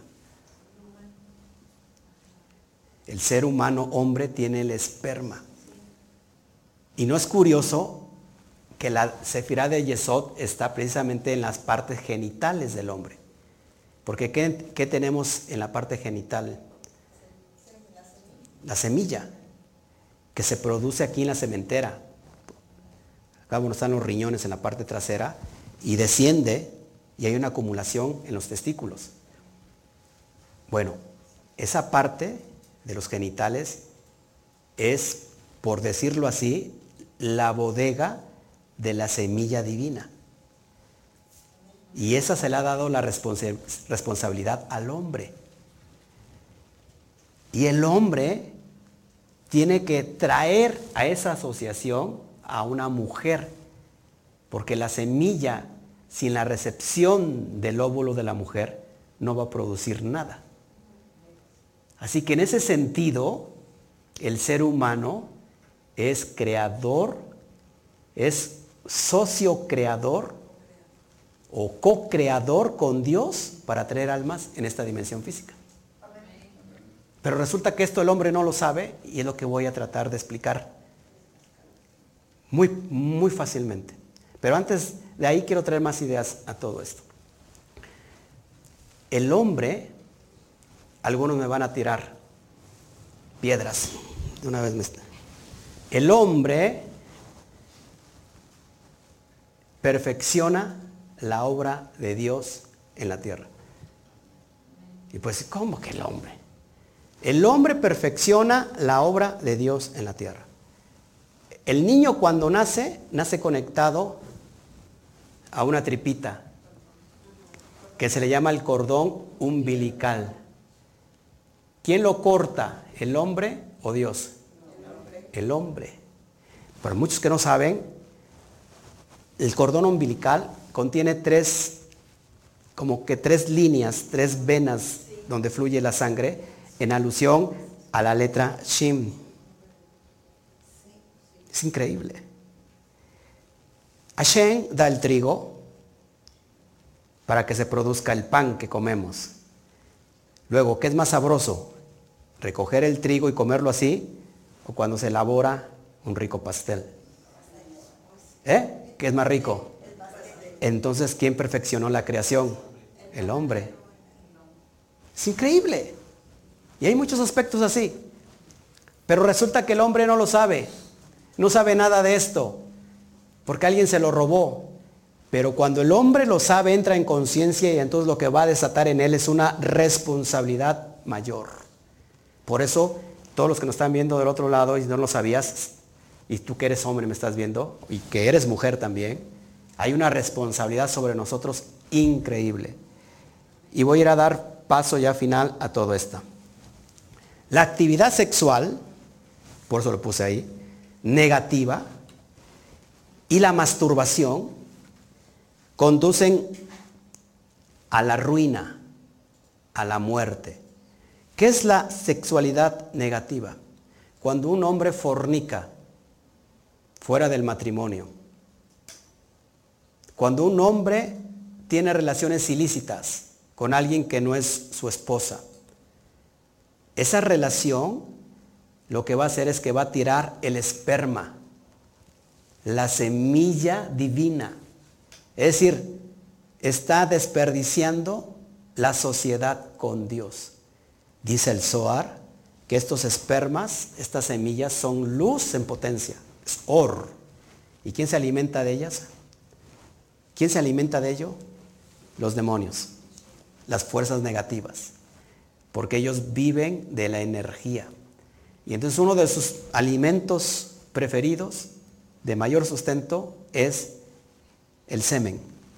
El ser humano hombre tiene el esperma. Y no es curioso que la sefirá de Yesod está precisamente en las partes genitales del hombre. Porque ¿qué, qué tenemos en la parte genital? La semilla, que se produce aquí en la sementera. Acá bueno, están los riñones en la parte trasera y desciende y hay una acumulación en los testículos. Bueno, esa parte de los genitales es, por decirlo así, la bodega de la semilla divina. Y esa se le ha dado la responsa- responsabilidad al hombre. Y el hombre tiene que traer a esa asociación a una mujer, porque la semilla sin la recepción del óvulo de la mujer no va a producir nada. Así que en ese sentido, el ser humano es creador, es socio-creador o co-creador con Dios para traer almas en esta dimensión física. Pero resulta que esto el hombre no lo sabe y es lo que voy a tratar de explicar muy, muy fácilmente. Pero antes de ahí quiero traer más ideas a todo esto. El hombre, algunos me van a tirar piedras. De una vez me está. El hombre perfecciona la obra de Dios en la tierra. Y pues, ¿cómo que el hombre? El hombre perfecciona la obra de Dios en la tierra. El niño cuando nace, nace conectado a una tripita que se le llama el cordón umbilical. ¿Quién lo corta? ¿El hombre o Dios? El hombre. El hombre. Para muchos que no saben, el cordón umbilical contiene tres, como que tres líneas, tres venas donde fluye la sangre, en alusión a la letra Shin. Es increíble. Hashem da el trigo para que se produzca el pan que comemos. Luego, ¿qué es más sabroso? ¿Recoger el trigo y comerlo así? ¿O cuando se elabora un rico pastel? ¿Eh? ¿Qué es más rico? Entonces, ¿quién perfeccionó la creación? El hombre. Es increíble. Y hay muchos aspectos así. Pero resulta que el hombre no lo sabe. No sabe nada de esto. Porque alguien se lo robó. Pero cuando el hombre lo sabe, entra en conciencia y entonces lo que va a desatar en él es una responsabilidad mayor. Por eso, todos los que nos están viendo del otro lado y no lo sabías, y tú que eres hombre me estás viendo, y que eres mujer también, hay una responsabilidad sobre nosotros increíble. Y voy a ir a dar paso ya final a todo esto. La actividad sexual, por eso lo puse ahí, negativa, y la masturbación conducen a la ruina, a la muerte. ¿Qué es la sexualidad negativa? Cuando un hombre fornica fuera del matrimonio. Cuando un hombre tiene relaciones ilícitas con alguien que no es su esposa. Esa relación lo que va a hacer es que va a tirar el esperma, la semilla divina. Es decir, está desperdiciando la sociedad con Dios. Dice el Zohar que estos espermas, estas semillas son luz en potencia, es or. ¿Y quién se alimenta de ellas? ¿Quién se alimenta de ello? Los demonios, las fuerzas negativas, porque ellos viven de la energía. Y entonces uno de sus alimentos preferidos, de mayor sustento, es el semen.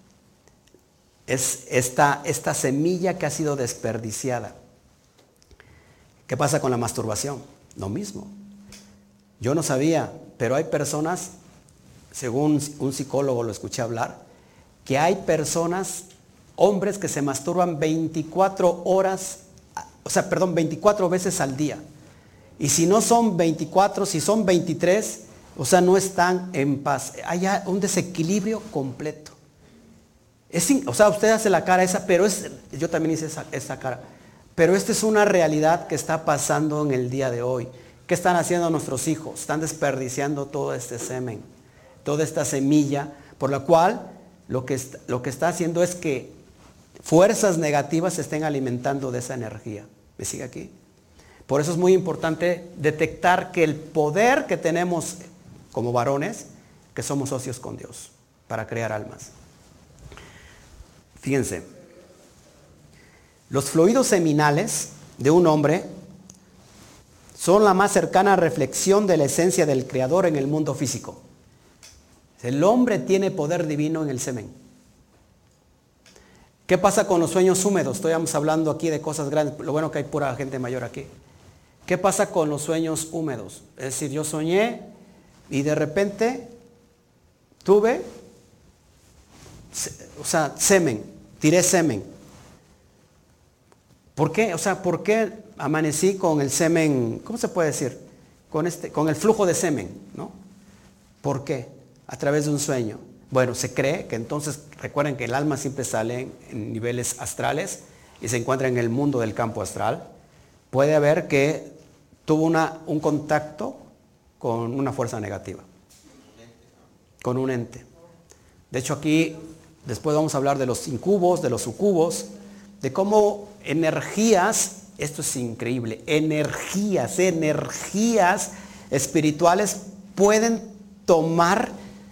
Es esta, esta semilla que ha sido desperdiciada. ¿Qué pasa con la masturbación? Lo mismo. Yo no sabía, pero hay personas, según un psicólogo lo escuché hablar, que hay personas, hombres que se masturban veinticuatro horas, o sea, perdón, veinticuatro veces al día. Y si no son veinticuatro, si son veintitrés, o sea, no están en paz. Hay un desequilibrio completo. Es, o sea, usted hace la cara esa, pero es, yo también hice esa, esa cara. Pero esta es una realidad que está pasando en el día de hoy. ¿Qué están haciendo nuestros hijos? Están desperdiciando todo este semen, toda esta semilla, por la cual lo que, está, lo que está haciendo es que fuerzas negativas se estén alimentando de esa energía. ¿Me sigue aquí? Por eso es muy importante detectar que el poder que tenemos como varones, que somos socios con Dios para crear almas. Fíjense, los fluidos seminales de un hombre son la más cercana reflexión de la esencia del Creador en el mundo físico. El hombre tiene poder divino en el semen. ¿Qué pasa con los sueños húmedos? Estamos hablando aquí de cosas grandes. Lo bueno que hay pura gente mayor aquí. ¿Qué pasa con los sueños húmedos? Es decir, yo soñé y de repente tuve, o sea, semen, tiré semen. ¿Por qué? O sea, ¿por qué amanecí con el semen, cómo se puede decir? Con, este, con el flujo de semen, ¿no? ¿Por qué? A través de un sueño. Bueno, se cree que entonces, recuerden que el alma siempre sale en, en niveles astrales y se encuentra en el mundo del campo astral. Puede haber que tuvo una, un contacto con una fuerza negativa, con un ente. De hecho, aquí después vamos a hablar de los incubos, de los sucubos, de cómo energías, esto es increíble, energías, energías espirituales pueden tomar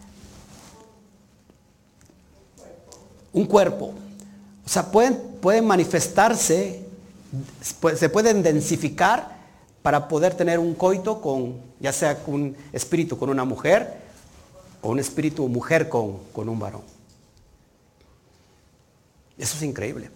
un cuerpo. O sea, pueden, pueden manifestarse, se pueden densificar para poder tener un coito con, ya sea un espíritu con una mujer o un espíritu mujer con, con un varón. Eso es increíble.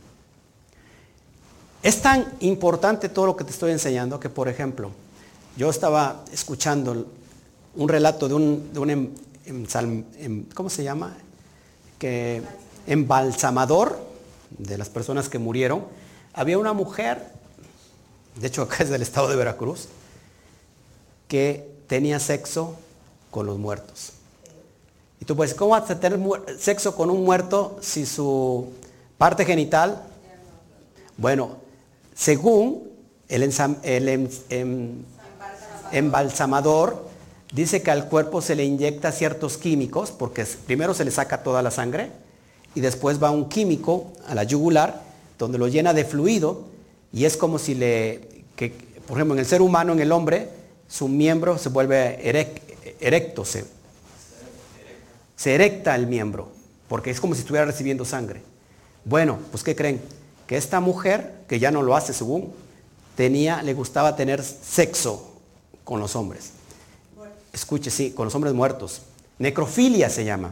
Es tan importante todo lo que te estoy enseñando que, por ejemplo, yo estaba escuchando un relato de un, de un em, em, em, ¿cómo se llama? Que embalsamador de las personas que murieron. Había una mujer, de hecho acá es del estado de Veracruz, que tenía sexo con los muertos. Y tú puedes, ¿cómo vas a tener sexo con un muerto si su parte genital? Bueno, según el, ensam, el em, em, embalsamador, dice que al cuerpo se le inyecta ciertos químicos, porque primero se le saca toda la sangre y después va un químico a la yugular donde lo llena de fluido y es como si le, que, por ejemplo, en el ser humano, en el hombre, su miembro se vuelve erec, erecto, se, se erecta el miembro, porque es como si estuviera recibiendo sangre. Bueno, pues ¿qué creen? Que esta mujer, que ya no lo hace según, tenía, le gustaba tener sexo con los hombres. Escuche, sí, con los hombres muertos. Necrofilia se llama.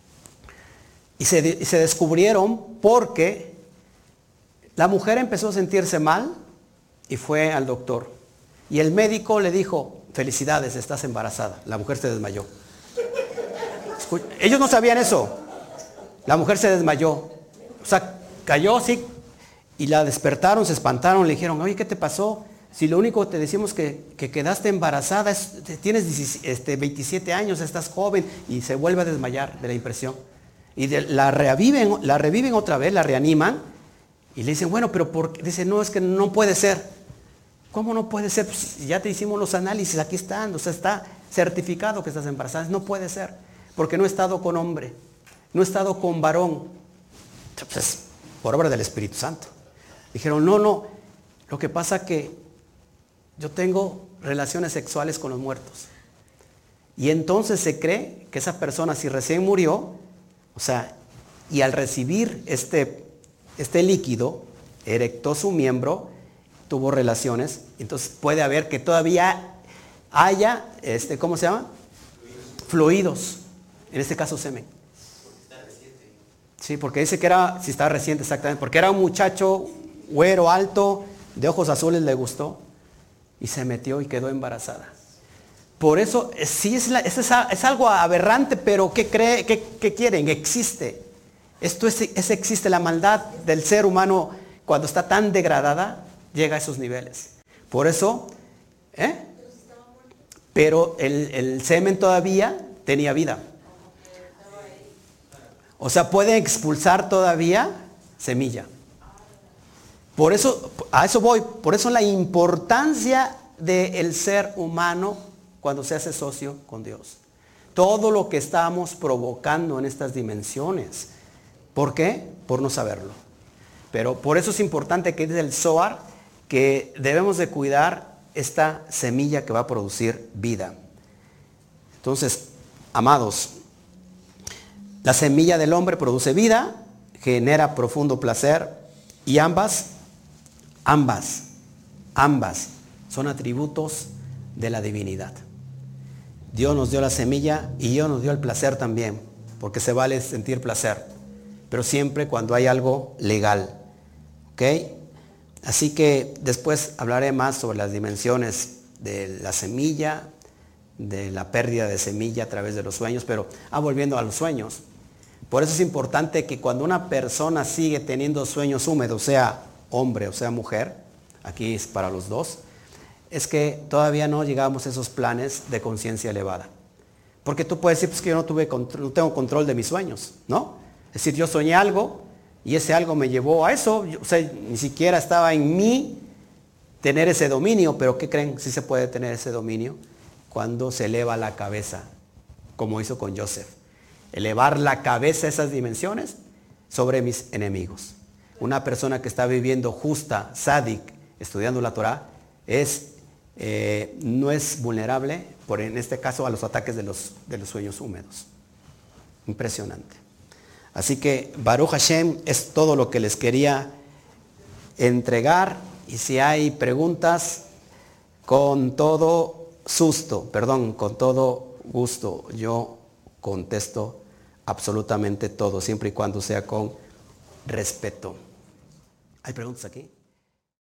Y se, y se descubrieron porque la mujer empezó a sentirse mal y fue al doctor. Y el médico le dijo, felicidades, estás embarazada. La mujer se desmayó. Escucha, ellos no sabían eso. La mujer se desmayó. O sea, cayó así y la despertaron, se espantaron, le dijeron, oye, ¿qué te pasó? Si lo único que te decimos que, que quedaste embarazada, es, tienes este, veintisiete años, estás joven, y se vuelve a desmayar de la impresión. Y de, la, reviven, la reviven otra vez, la reaniman, y le dicen, bueno, pero ¿por qué? Dice, no, es que no puede ser. ¿Cómo no puede ser? Pues ya te hicimos los análisis, aquí están, o sea, está certificado que estás embarazada. No puede ser, porque no he estado con hombre, no he estado con varón. Pues, por obra del Espíritu Santo. Dijeron, no, no, lo que pasa que yo tengo relaciones sexuales con los muertos. Y entonces se cree que esa persona, si recién murió, o sea, y al recibir este, este líquido, erectó su miembro, tuvo relaciones, entonces puede haber que todavía haya, este, ¿cómo se llama? Fluidos. En este caso semen. Sí, porque dice que era, si estaba reciente exactamente, porque era un muchacho güero, alto, de ojos azules, le gustó. Y se metió y quedó embarazada. Por eso, sí es, la, es, es algo aberrante, pero ¿qué, cree, qué, qué quieren? Existe. Esto es, es, existe. La maldad del ser humano, cuando está tan degradada, llega a esos niveles. Por eso, ¿eh? Pero el, el semen todavía tenía vida. O sea, puede expulsar todavía semilla. Por eso, a eso voy, por eso la importancia del ser humano cuando se hace socio con Dios. Todo lo que estamos provocando en estas dimensiones. ¿Por qué? Por no saberlo. Pero por eso es importante que dice el Zohar que debemos de cuidar esta semilla que va a producir vida. Entonces, amados, la semilla del hombre produce vida, genera profundo placer y ambas Ambas, ambas son atributos de la divinidad. Dios nos dio la semilla y Dios nos dio el placer también, porque se vale sentir placer, pero siempre cuando hay algo legal. ¿Ok? Así que después hablaré más sobre las dimensiones de la semilla, de la pérdida de semilla a través de los sueños, pero ah, volviendo a los sueños. Por eso es importante que cuando una persona sigue teniendo sueños húmedos, sea hombre o sea mujer, aquí es para los dos, es que todavía no llegamos a esos planes de conciencia elevada. Porque tú puedes decir, pues que yo no, tuve control, no tengo control de mis sueños, ¿no? Es decir, yo soñé algo y ese algo me llevó a eso, yo, o sea, ni siquiera estaba en mí tener ese dominio, pero ¿qué creen? Sí se puede tener ese dominio cuando se eleva la cabeza, como hizo con Joseph. Elevar la cabeza a esas dimensiones sobre mis enemigos. Una persona que está viviendo justa, sádic, estudiando la Torah, es, eh, no es vulnerable, por en este caso, a los ataques de los, de los sueños húmedos. Impresionante. Así que Baruch Hashem es todo lo que les quería entregar, y si hay preguntas, con todo susto, perdón, con todo gusto, yo contesto absolutamente todo, siempre y cuando sea con respeto. ¿Hay preguntas aquí?